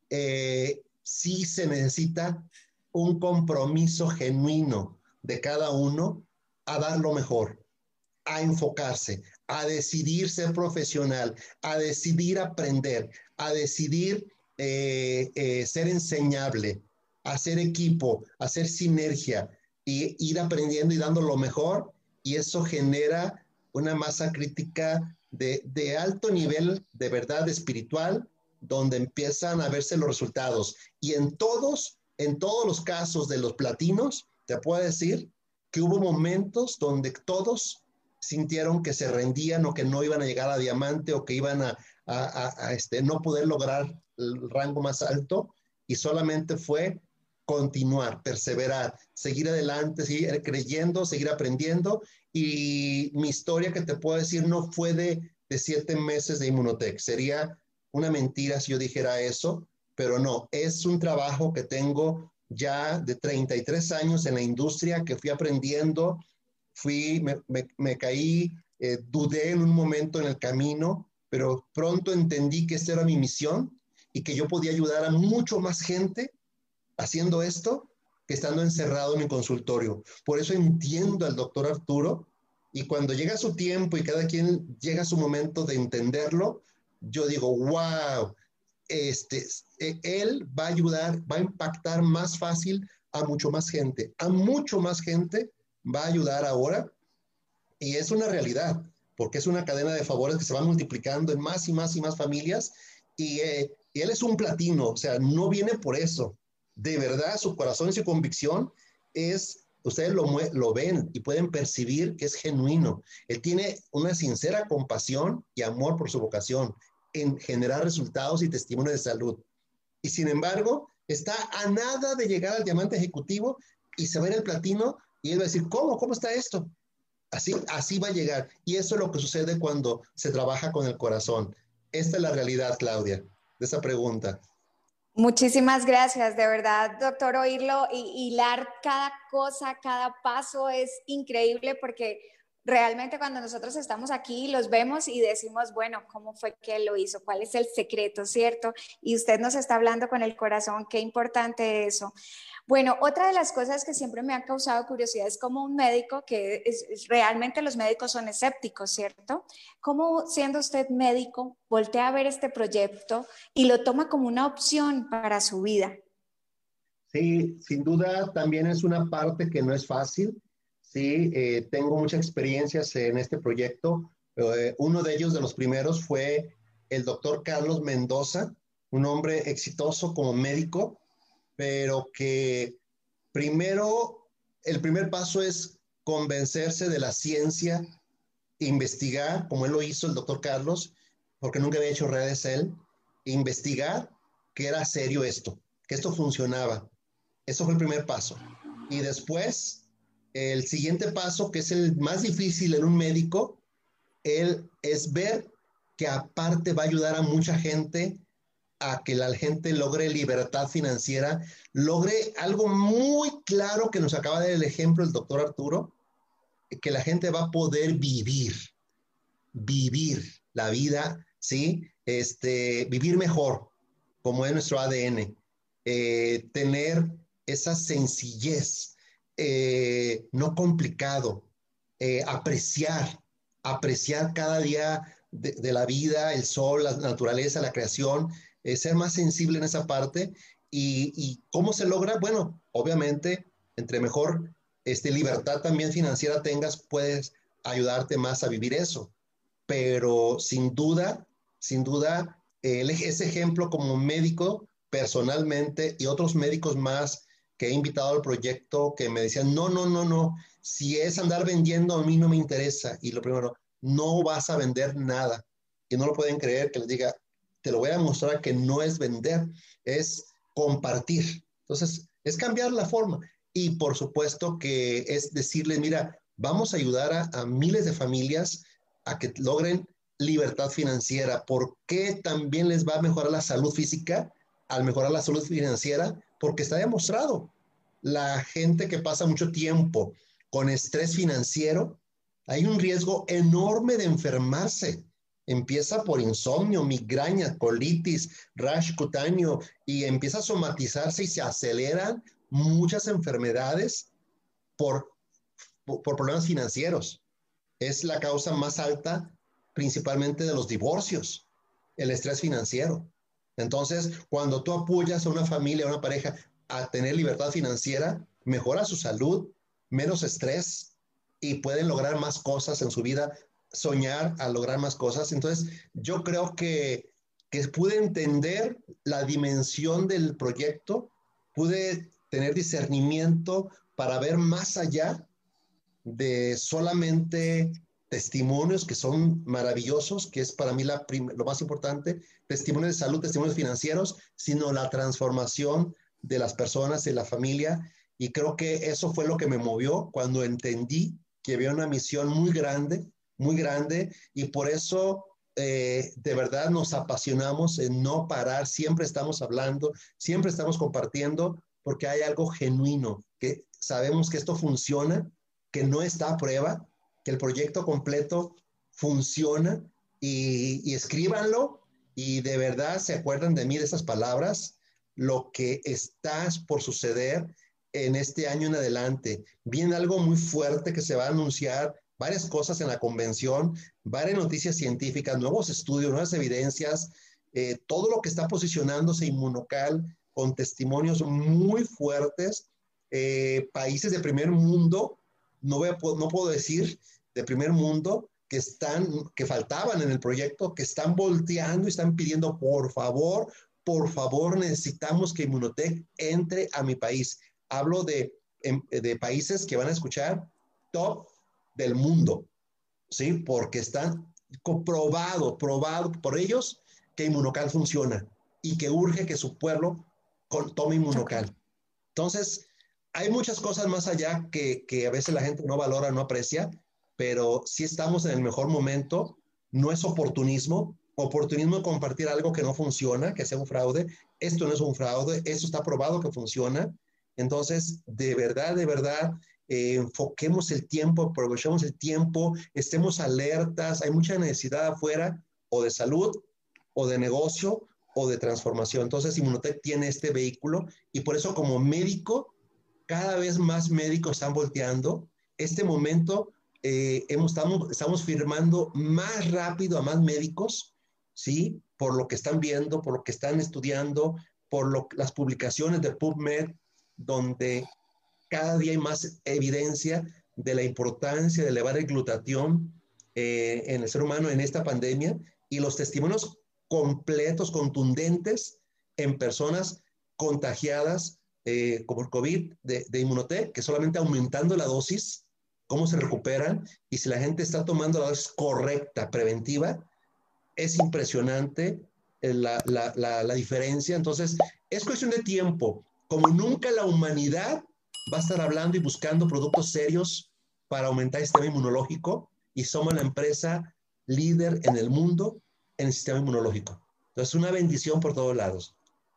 Sí se necesita un compromiso genuino de cada uno a dar lo mejor, a enfocarse, a decidir ser profesional, a decidir aprender, a decidir ser enseñable, a hacer equipo, a hacer sinergia, y ir aprendiendo y dando lo mejor, y eso genera una masa crítica de alto nivel, de verdad espiritual, donde empiezan a verse los resultados. Y en todos los casos de los platinos, te puedo decir que hubo momentos donde todos sintieron que se rendían o que no iban a llegar a diamante o que iban a no poder lograr el rango más alto, y solamente fue continuar, perseverar, seguir adelante, seguir creyendo, seguir aprendiendo. Y mi historia que te puedo decir no fue de 7 meses de Inmunotech. Sería una mentira si yo dijera eso, pero no, es un trabajo que tengo ya de 33 años en la industria, que fui aprendiendo, me caí, dudé en un momento en el camino, pero pronto entendí que esta era mi misión y que yo podía ayudar a mucho más gente haciendo esto que estando encerrado en mi consultorio. Por eso entiendo al doctor Arturo, y cuando llega su tiempo y cada quien llega a su momento de entenderlo, yo digo, wow, él va a ayudar, va a impactar más fácil a mucho más gente va a ayudar ahora, y es una realidad, porque es una cadena de favores que se va multiplicando en más y más y más familias, y él es un platino, o sea, no viene por eso. De verdad, su corazón y su convicción es, ustedes lo ven y pueden percibir que es genuino. Él tiene una sincera compasión y amor por su vocación en generar resultados y testimonios de salud. Y sin embargo, está a nada de llegar al diamante ejecutivo y se va en el platino, y él va a decir, ¿cómo está esto? Así va a llegar. Y eso es lo que sucede cuando se trabaja con el corazón. Esta es la realidad, Claudia, de esa pregunta. Muchísimas gracias, de verdad, doctor, oírlo y hilar cada cosa, cada paso es increíble, porque realmente cuando nosotros estamos aquí los vemos y decimos, bueno, ¿cómo fue que él lo hizo? ¿Cuál es el secreto, cierto? Y usted nos está hablando con el corazón, qué importante eso. Bueno, otra de las cosas que siempre me ha causado curiosidad es como un médico, realmente los médicos son escépticos, ¿cierto? ¿Cómo siendo usted médico voltea a ver este proyecto y lo toma como una opción para su vida? Sí, sin duda también es una parte que no es fácil. Sí, tengo muchas experiencias en este proyecto. Uno de ellos, de los primeros, fue el doctor Carlos Mendoza, un hombre exitoso como médico, pero que primero, el primer paso es convencerse de la ciencia, investigar, como él lo hizo el doctor Carlos, porque nunca había hecho redes él, investigar que era serio esto, que esto funcionaba. Eso fue el primer paso. Y después, el siguiente paso, que es el más difícil en un médico, es ver que aparte va a ayudar a mucha gente a que la gente logre libertad financiera, logre algo muy claro que nos acaba de dar el ejemplo el doctor Arturo, que la gente va a poder vivir la vida, ¿sí? Vivir mejor, como es nuestro ADN, tener esa sencillez, no complicado, apreciar cada día de la vida, el sol, la naturaleza, la creación, ser más sensible en esa parte. ¿Y cómo se logra? Bueno, obviamente, entre mejor libertad también financiera tengas, puedes ayudarte más a vivir eso. Pero sin duda, ese ejemplo como médico personalmente y otros médicos más que he invitado al proyecto que me decían, no, si es andar vendiendo a mí no me interesa. Y lo primero, no vas a vender nada. Y no lo pueden creer que les diga, te lo voy a mostrar que no es vender, es compartir. Entonces, es cambiar la forma. Y por supuesto que es decirles, mira, vamos a ayudar a miles de familias a que logren libertad financiera. ¿Por qué también les va a mejorar la salud física al mejorar la salud financiera? Porque está demostrado. La gente que pasa mucho tiempo con estrés financiero, hay un riesgo enorme de enfermarse. Empieza por insomnio, migraña, colitis, rash cutáneo y empieza a somatizarse y se aceleran muchas enfermedades por problemas financieros. Es la causa más alta principalmente de los divorcios, el estrés financiero. Entonces, cuando tú apoyas a una familia, a una pareja a tener libertad financiera, mejora su salud, menos estrés y pueden lograr más cosas en su vida, soñar a lograr más cosas. Entonces, yo creo que pude entender la dimensión del proyecto, pude tener discernimiento para ver más allá de solamente testimonios que son maravillosos, que es para mí lo más importante, testimonios de salud, testimonios financieros, sino la transformación de las personas, de la familia. Y creo que eso fue lo que me movió cuando entendí que había una misión muy grande, y por eso de verdad nos apasionamos en no parar, siempre estamos hablando, siempre estamos compartiendo, porque hay algo genuino, que sabemos que esto funciona, que no está a prueba, que el proyecto completo funciona, y escríbanlo y de verdad se acuerdan de mí, de esas palabras, lo que está por suceder en este año en adelante. Viene algo muy fuerte que se va a anunciar, varias cosas en la convención, varias noticias científicas, nuevos estudios, nuevas evidencias, todo lo que está posicionándose Inmunocal con testimonios muy fuertes, países de primer mundo, no puedo decir de primer mundo, que faltaban en el proyecto, que están volteando y están pidiendo, por favor, necesitamos que Inmunotech entre a mi país. Hablo de países que van a escuchar top del mundo, ¿sí? Porque están probado por ellos que Inmunocal funciona y que urge que su pueblo tome Inmunocal. Okay. Entonces, hay muchas cosas más allá que a veces la gente no valora, no aprecia, pero sí estamos en el mejor momento. No es oportunismo de compartir algo que no funciona, que sea un fraude. Esto no es un fraude, esto está probado que funciona. Entonces, de verdad, enfoquemos el tiempo, aprovechemos el tiempo, estemos alertas. Hay mucha necesidad afuera, o de salud, o de negocio, o de transformación. Entonces, Inmunotech tiene este vehículo, y por eso, como médico, cada vez más médicos están volteando. Este momento estamos firmando más rápido a más médicos, ¿sí? Por lo que están viendo, por lo que están estudiando, las publicaciones de PubMed, donde cada día hay más evidencia de la importancia de elevar el glutatión en el ser humano en esta pandemia, y los testimonios completos, contundentes, en personas contagiadas por COVID de Inmunotech, que solamente aumentando la dosis, cómo se recuperan, y si la gente está tomando la dosis correcta, preventiva, es impresionante la diferencia. Entonces, es cuestión de tiempo. Como nunca la humanidad va a estar hablando y buscando productos serios para aumentar el sistema inmunológico, y somos la empresa líder en el mundo en el sistema inmunológico. Entonces, una bendición por todos lados.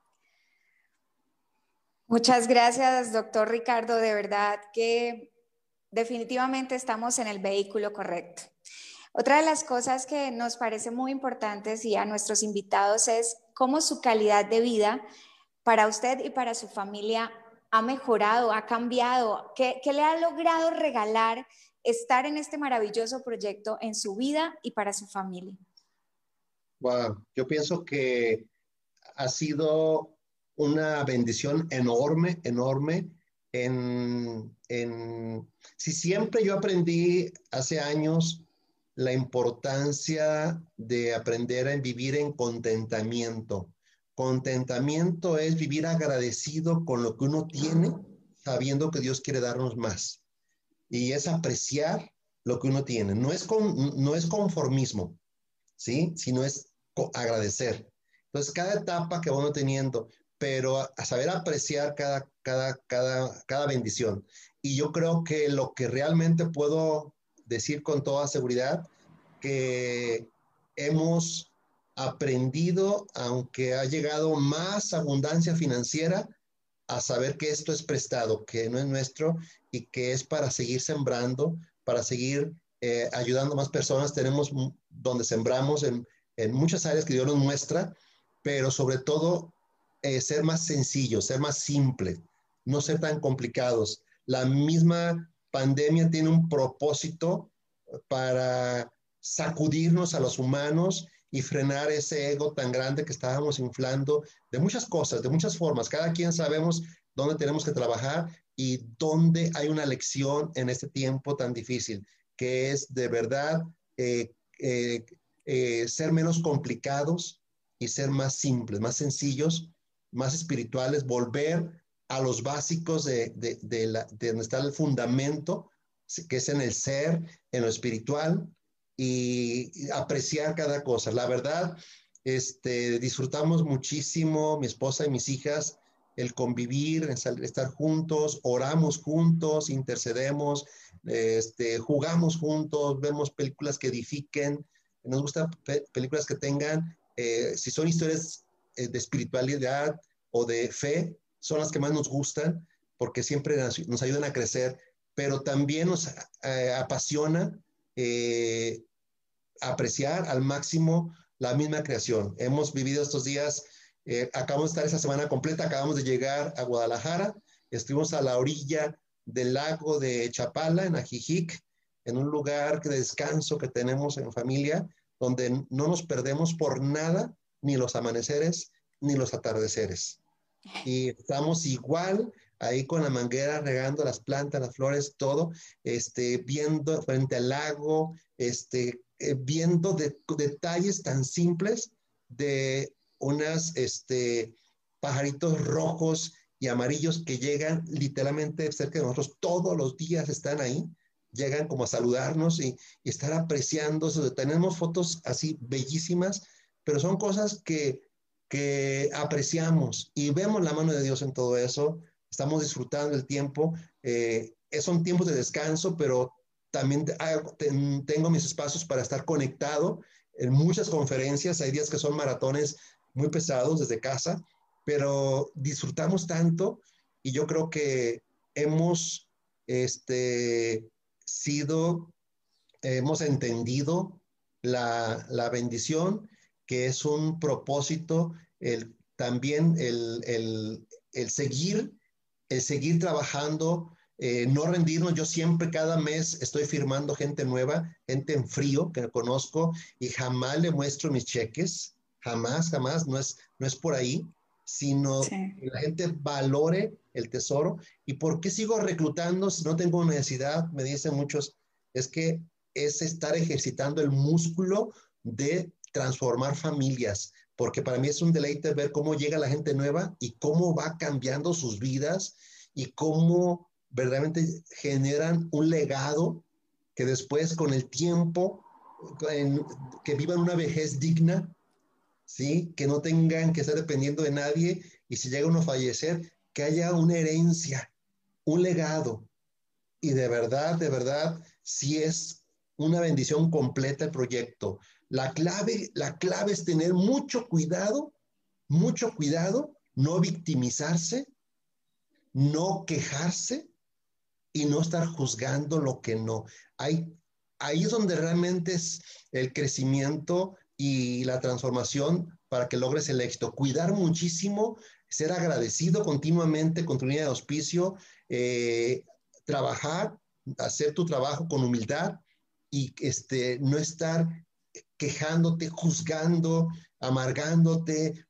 Muchas gracias, doctor Ricardo. De verdad que definitivamente estamos en el vehículo correcto. Otra de las cosas que nos parece muy importantes y a nuestros invitados es cómo su calidad de vida para usted y para su familia ha mejorado, ha cambiado. ¿Qué le ha logrado regalar estar en este maravilloso proyecto en su vida y para su familia? Wow, yo pienso que ha sido una bendición enorme, enorme. Si siempre yo aprendí hace años la importancia de aprender a vivir en contentamiento. Contentamiento es vivir agradecido con lo que uno tiene, sabiendo que Dios quiere darnos más. Y es apreciar lo que uno tiene. No es conformismo, ¿sí? Sino es agradecer. Entonces, cada etapa que uno teniendo, pero a saber apreciar cada bendición. Y yo creo que lo que realmente puedo decir con toda seguridad, que hemos aprendido, aunque ha llegado más abundancia financiera, a saber que esto es prestado, que no es nuestro, y que es para seguir sembrando, para seguir ayudando a más personas. Tenemos donde sembramos en muchas áreas que Dios nos muestra, pero sobre todo ser más sencillos, ser más simples, no ser tan complicados. La misma pandemia tiene un propósito para sacudirnos a los humanos y frenar ese ego tan grande que estábamos inflando de muchas cosas, de muchas formas. Cada quien sabemos dónde tenemos que trabajar y dónde hay una lección en este tiempo tan difícil, que es de verdad ser menos complicados y ser más simples, más sencillos, más espirituales, volver a los básicos de donde está el fundamento, que es en el ser, en lo espiritual, y apreciar cada cosa. La verdad, disfrutamos muchísimo, mi esposa y mis hijas, el convivir, estar juntos, oramos juntos, intercedemos, jugamos juntos, vemos películas que edifiquen. Nos gustan películas que tengan, si son historias de espiritualidad o de fe, son las que más nos gustan, porque siempre nos ayudan a crecer, pero también nos apasiona apreciar al máximo la misma creación. Hemos vivido estos días, acabamos de estar esa semana completa, acabamos de llegar a Guadalajara, estuvimos a la orilla del lago de Chapala, en Ajijic, en un lugar de descanso que tenemos en familia, donde no nos perdemos por nada, ni los amaneceres, ni los atardeceres. Y estamos igual ahí con la manguera regando las plantas, las flores, todo, viendo frente al lago, viendo detalles tan simples de unas pajaritos rojos y amarillos que llegan literalmente cerca de nosotros, todos los días están ahí, llegan como a saludarnos y estar apreciando. Tenemos fotos así bellísimas, pero son cosas que apreciamos y vemos la mano de Dios en todo eso. Estamos disfrutando el tiempo. Son tiempos de descanso, pero también tengo mis espacios para estar conectado en muchas conferencias. Hay días que son maratones muy pesados desde casa, pero disfrutamos tanto, y yo creo que hemos hemos entendido la bendición, que es un propósito, también el seguir trabajando, no rendirnos. Yo siempre, cada mes, estoy firmando gente nueva, gente en frío que conozco, y jamás le muestro mis cheques, jamás, no es por ahí, sino Sí. que la gente valore el tesoro. ¿Y por qué sigo reclutando si no tengo necesidad? Me dicen muchos, es que es estar ejercitando el músculo de transformar familias, porque para mí es un deleite ver cómo llega la gente nueva y cómo va cambiando sus vidas y cómo verdaderamente generan un legado que después, con el tiempo, que vivan una vejez digna, ¿sí? Que no tengan que estar dependiendo de nadie, y si llega uno a fallecer, que haya una herencia, un legado. Y de verdad, sí es una bendición completa el proyecto. La clave es tener mucho cuidado, no victimizarse, no quejarse y no estar juzgando lo que no. Ahí es donde realmente es el crecimiento y la transformación para que logres el éxito. Cuidar muchísimo, ser agradecido continuamente con tu línea de auspicio, trabajar, hacer tu trabajo con humildad y no estar quejándote, juzgando, amargándote,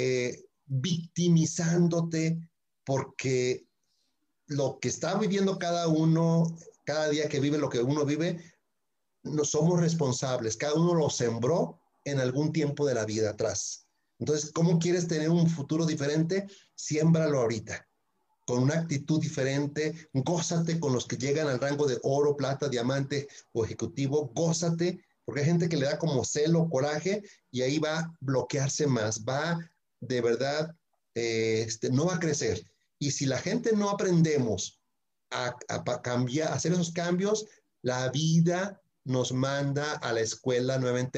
victimizándote, porque lo que está viviendo cada uno, cada día que vive lo que uno vive, no somos responsables. Cada uno lo sembró en algún tiempo de la vida atrás. Entonces, ¿cómo quieres tener un futuro diferente? Siémbralo ahorita, con una actitud diferente. Gózate con los que llegan al rango de oro, plata, diamante o ejecutivo. Gózate, porque hay gente que le da como celo, coraje, y ahí va a bloquearse más. Va, de verdad, no va a crecer. Y si la gente no aprendemos a cambiar, a hacer esos cambios, la vida nos manda a la escuela, nuevamente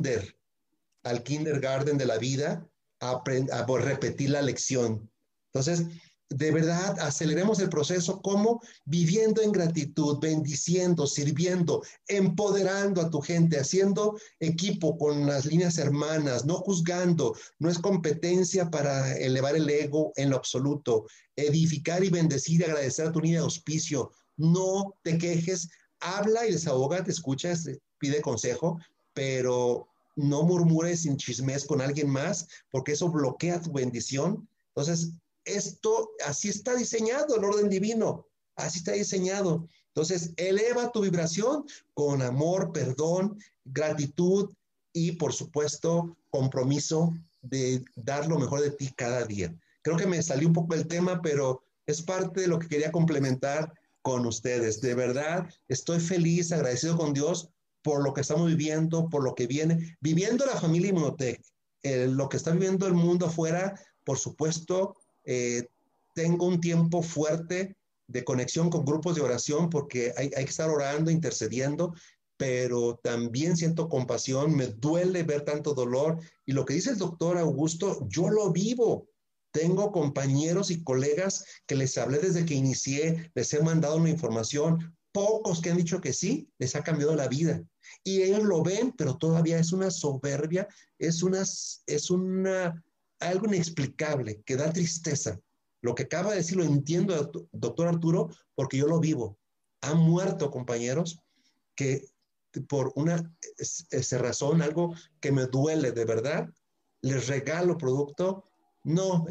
al kindergarten de la vida, a repetir la lección. Entonces, de verdad, aceleremos el proceso, como viviendo en gratitud, bendiciendo, sirviendo, empoderando a tu gente, haciendo equipo con las líneas hermanas, no juzgando. No es competencia para elevar el ego en lo absoluto. Edificar y bendecir y agradecer a tu línea de auspicio. No te quejes, habla y desahoga, te escuchas, pide consejo, pero no murmures sin chismes con alguien más, porque eso bloquea tu bendición. Entonces, esto, así está diseñado el orden divino, así está diseñado. Entonces, eleva tu vibración con amor, perdón, gratitud y, por supuesto, compromiso de dar lo mejor de ti cada día. Creo que me salió un poco del tema, pero es parte de lo que quería complementar con ustedes. De verdad, estoy feliz, agradecido con Dios por lo que estamos viviendo, por lo que viene, viviendo la familia Inmunotech, lo que está viviendo el mundo afuera. Por supuesto, tengo un tiempo fuerte de conexión con grupos de oración, porque hay que estar orando, intercediendo, pero también siento compasión, me duele ver tanto dolor, y lo que dice el doctor Augusto, yo lo vivo. Tengo compañeros y colegas que les hablé desde que inicié, les he mandado una información, pocos que han dicho que sí, les ha cambiado la vida. Y ellos lo ven, pero todavía es una soberbia, es algo inexplicable que da tristeza. Lo que acaba de decir lo entiendo, doctor Arturo, porque yo lo vivo. Han muerto compañeros que por una razón, algo que me duele de verdad, les regalo producto. No,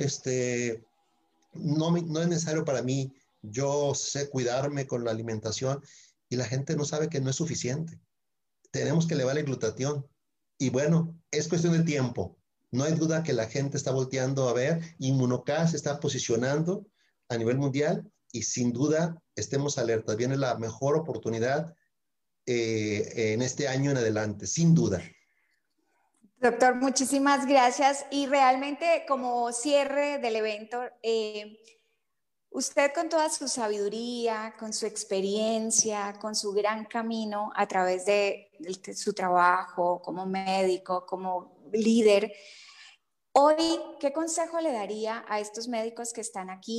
no es necesario para mí. Yo sé cuidarme con la alimentación, y la gente no sabe que no es suficiente. Tenemos que elevar la glutatión. Y bueno, es cuestión de tiempo. No hay duda que la gente está volteando a ver. Inmunocast se está posicionando a nivel mundial, y sin duda estemos alertas. Viene la mejor oportunidad en este año en adelante, sin duda. Doctor, muchísimas gracias. Y realmente, como cierre del evento, usted, con toda su sabiduría, con su experiencia, con su gran camino a través de su trabajo como médico, como líder, hoy, ¿qué consejo le daría a estos médicos que están aquí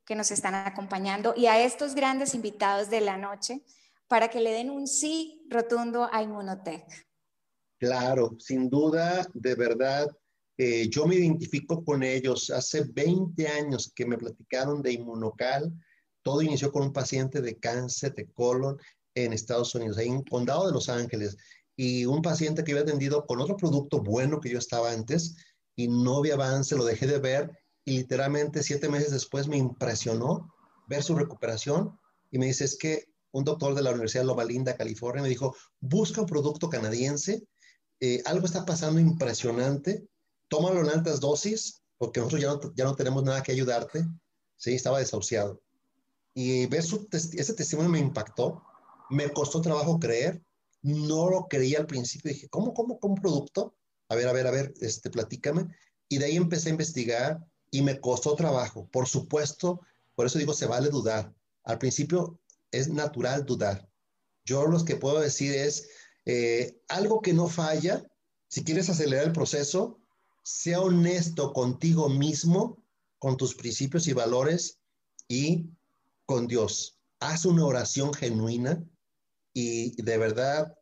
que nos están acompañando y a estos grandes invitados de la noche para que le den un sí rotundo a Inmunotech. Claro, sin duda, de verdad, yo me identifico con ellos. Hace 20 años que me platicaron de Inmunocal. Todo inició con un paciente de cáncer de colon en Estados Unidos, ahí en el condado de Los Ángeles, y un paciente que había atendido con otro producto bueno que yo estaba antes y no había avance, lo dejé de ver y literalmente 7 meses después me impresionó ver su recuperación y me dice, es que un doctor de la Universidad de Loma Linda, California, me dijo, busca un producto canadiense, algo está pasando impresionante, tómalo en altas dosis, porque nosotros ya no tenemos nada que ayudarte. Sí, estaba desahuciado. Y ver ese testimonio me impactó, me costó trabajo creer, no lo creía al principio, dije, ¿cómo un producto? A ver, platícame. Y de ahí empecé a investigar y me costó trabajo, por supuesto, por eso digo, se vale dudar. Al principio es natural dudar. Yo lo que puedo decir es, algo que no falla, si quieres acelerar el proceso, sea honesto contigo mismo, con tus principios y valores y con Dios. Haz una oración genuina y de verdad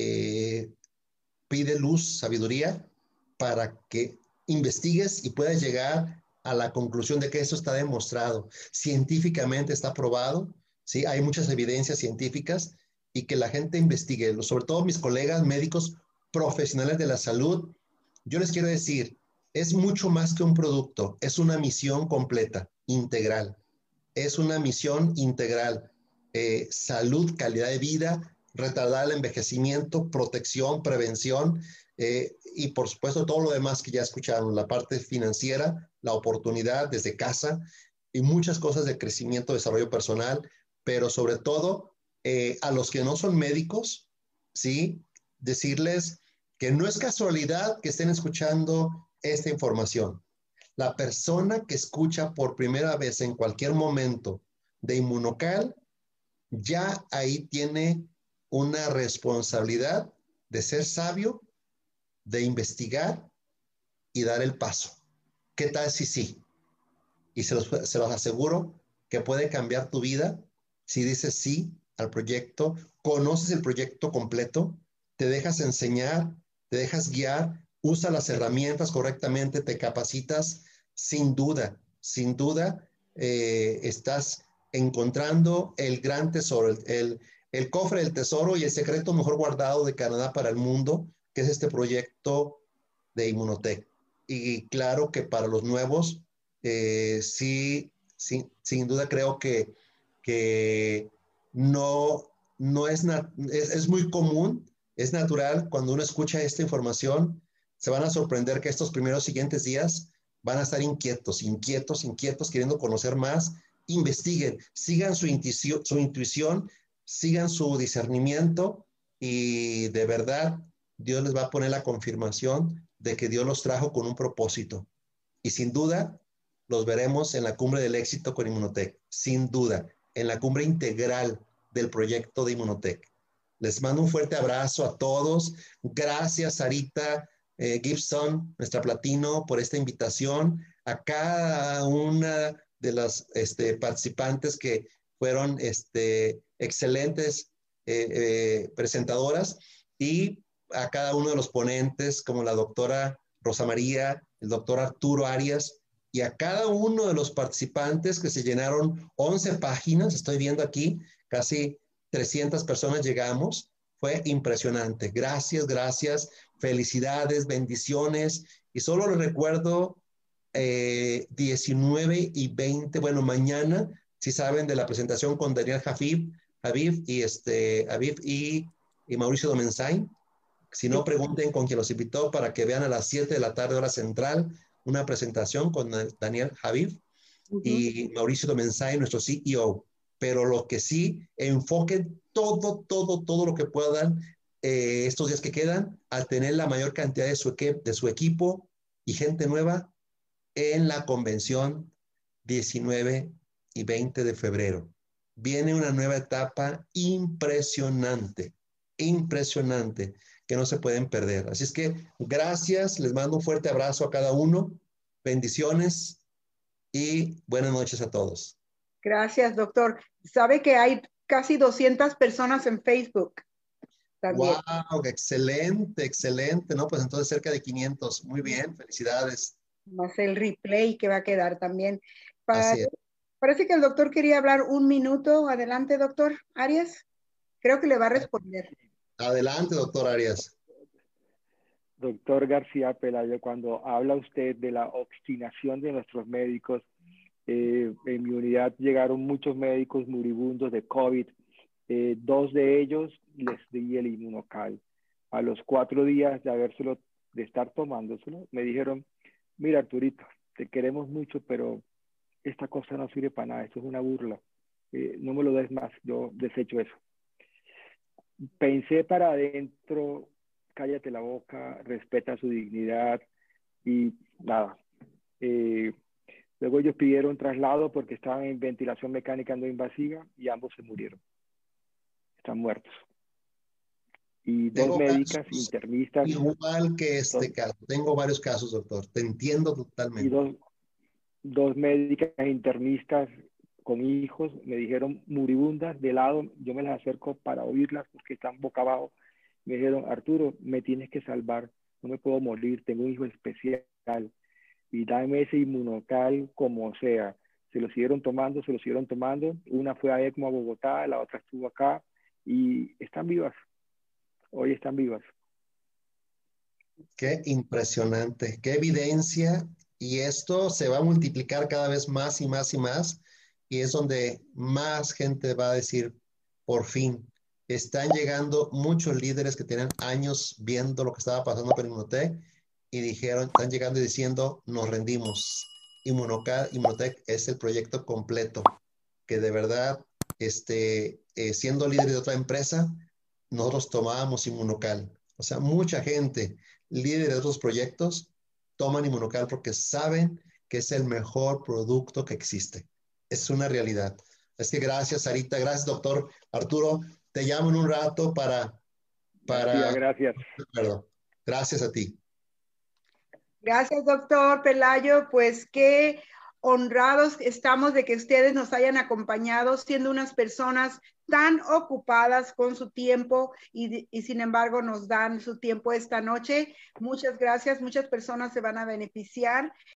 pide luz, sabiduría, para que investigues y puedas llegar a la conclusión de que eso está demostrado. Científicamente está probado, ¿sí? Hay muchas evidencias científicas y que la gente investigue, sobre todo mis colegas médicos profesionales de la salud. Yo les quiero decir, es mucho más que un producto, es una misión completa, integral. Es una misión integral. Salud, calidad de vida, retardar el envejecimiento, protección, prevención y por supuesto todo lo demás que ya escucharon, la parte financiera, la oportunidad desde casa y muchas cosas de crecimiento, desarrollo personal, pero sobre todo a los que no son médicos, ¿sí? Decirles que no es casualidad que estén escuchando esta información. La persona que escucha por primera vez en cualquier momento de Inmunocal, ya ahí tiene una responsabilidad de ser sabio, de investigar y dar el paso. ¿Qué tal si sí? Y se los aseguro que puede cambiar tu vida si dices sí al proyecto, conoces el proyecto completo, te dejas enseñar, te dejas guiar, usa las herramientas correctamente, te capacitas, sin duda, estás encontrando el gran tesoro, el cofre del tesoro y el secreto mejor guardado de Canadá para el mundo, que es este proyecto de Inmunotech. Y claro que para los nuevos, sí, sin duda creo que no es muy común, es natural cuando uno escucha esta información, se van a sorprender que estos primeros siguientes días van a estar inquietos, queriendo conocer más. Investiguen, sigan su intuición, sigan su discernimiento y de verdad Dios les va a poner la confirmación de que Dios los trajo con un propósito. Y sin duda los veremos en la cumbre del éxito con Inmunotech, sin duda, en la cumbre integral del proyecto de Inmunotech. Les mando un fuerte abrazo a todos. Gracias, Sarita Gibson, nuestra platino, por esta invitación. A cada una de las participantes que fueron excelentes presentadoras y a cada uno de los ponentes como la doctora Rosa María, el doctor Arturo Arias y a cada uno de los participantes que se llenaron 11 páginas, estoy viendo aquí, casi 300 personas llegamos, fue impresionante. Gracias, felicidades, bendiciones y solo les recuerdo 19 y 20, bueno, mañana, si saben de la presentación con Daniel Javif y Mauricio Domenzain. Si no, pregunten con quien los invitó para que vean a las 7 de la tarde, hora central, una presentación con Daniel Javif y Mauricio Domenzain, nuestro CEO. Pero lo que sí, enfoquen todo lo que puedan estos días que quedan a tener la mayor cantidad de su equipo y gente nueva en la convención 19 y 20 de febrero. Viene una nueva etapa impresionante, que no se pueden perder. Así es que gracias, les mando un fuerte abrazo a cada uno, bendiciones y buenas noches a todos. Gracias, doctor. Sabe que hay casi 200 personas en Facebook también. Wow, excelente, excelente. No, pues entonces cerca de 500. Muy bien, felicidades. Más el replay que va a quedar también. Así es. Parece que el doctor quería hablar un minuto. Adelante, doctor Arias. Creo que le va a responder. Adelante, doctor Arias. Doctor García Pelayo, cuando habla usted de la obstinación de nuestros médicos, en mi unidad llegaron muchos médicos moribundos de COVID. 2 de ellos les di el Inmunocal. A los 4 días de estar tomándoselo, me dijeron, mira Arturito, te queremos mucho, pero esta cosa no sirve para nada, esto es una burla. No me lo des más, yo desecho eso. Pensé para adentro, cállate la boca, respeta su dignidad y nada. Luego ellos pidieron traslado porque estaban en ventilación mecánica no invasiva y ambos se murieron. Están muertos. Y dos médicas internistas. Igual que este caso. Tengo varios casos, doctor. Te entiendo totalmente. Y dos médicas internistas con hijos me dijeron moribundas de lado. Yo me las acerco para oírlas porque están boca abajo. Me dijeron, Arturo, me tienes que salvar. No me puedo morir. Tengo un hijo especial. Y dame ese Inmunocal como sea. Se lo siguieron tomando. Una fue a ECMO a Bogotá, la otra estuvo acá y están vivas. Hoy están vivas. Qué impresionante, qué evidencia. Y esto se va a multiplicar cada vez más y más y más. Y es donde más gente va a decir, por fin, están llegando muchos líderes que tienen años viendo lo que estaba pasando con Inmunotech y dijeron, están llegando y diciendo, nos rendimos. Inmunotech es el proyecto completo, que de verdad, siendo líder de otra empresa, nosotros tomábamos Inmunocal. O sea, mucha gente, líder de otros proyectos, toman Inmunocal porque saben que es el mejor producto que existe. Es una realidad. Así que gracias, Sarita. Gracias, doctor Arturo. Te llamo en un rato para... Gracias. Gracias a ti. Gracias, doctor Pelayo. Pues qué honrados estamos de que ustedes nos hayan acompañado, siendo unas personas tan ocupadas con su tiempo y sin embargo nos dan su tiempo esta noche. Muchas gracias. Muchas personas se van a beneficiar.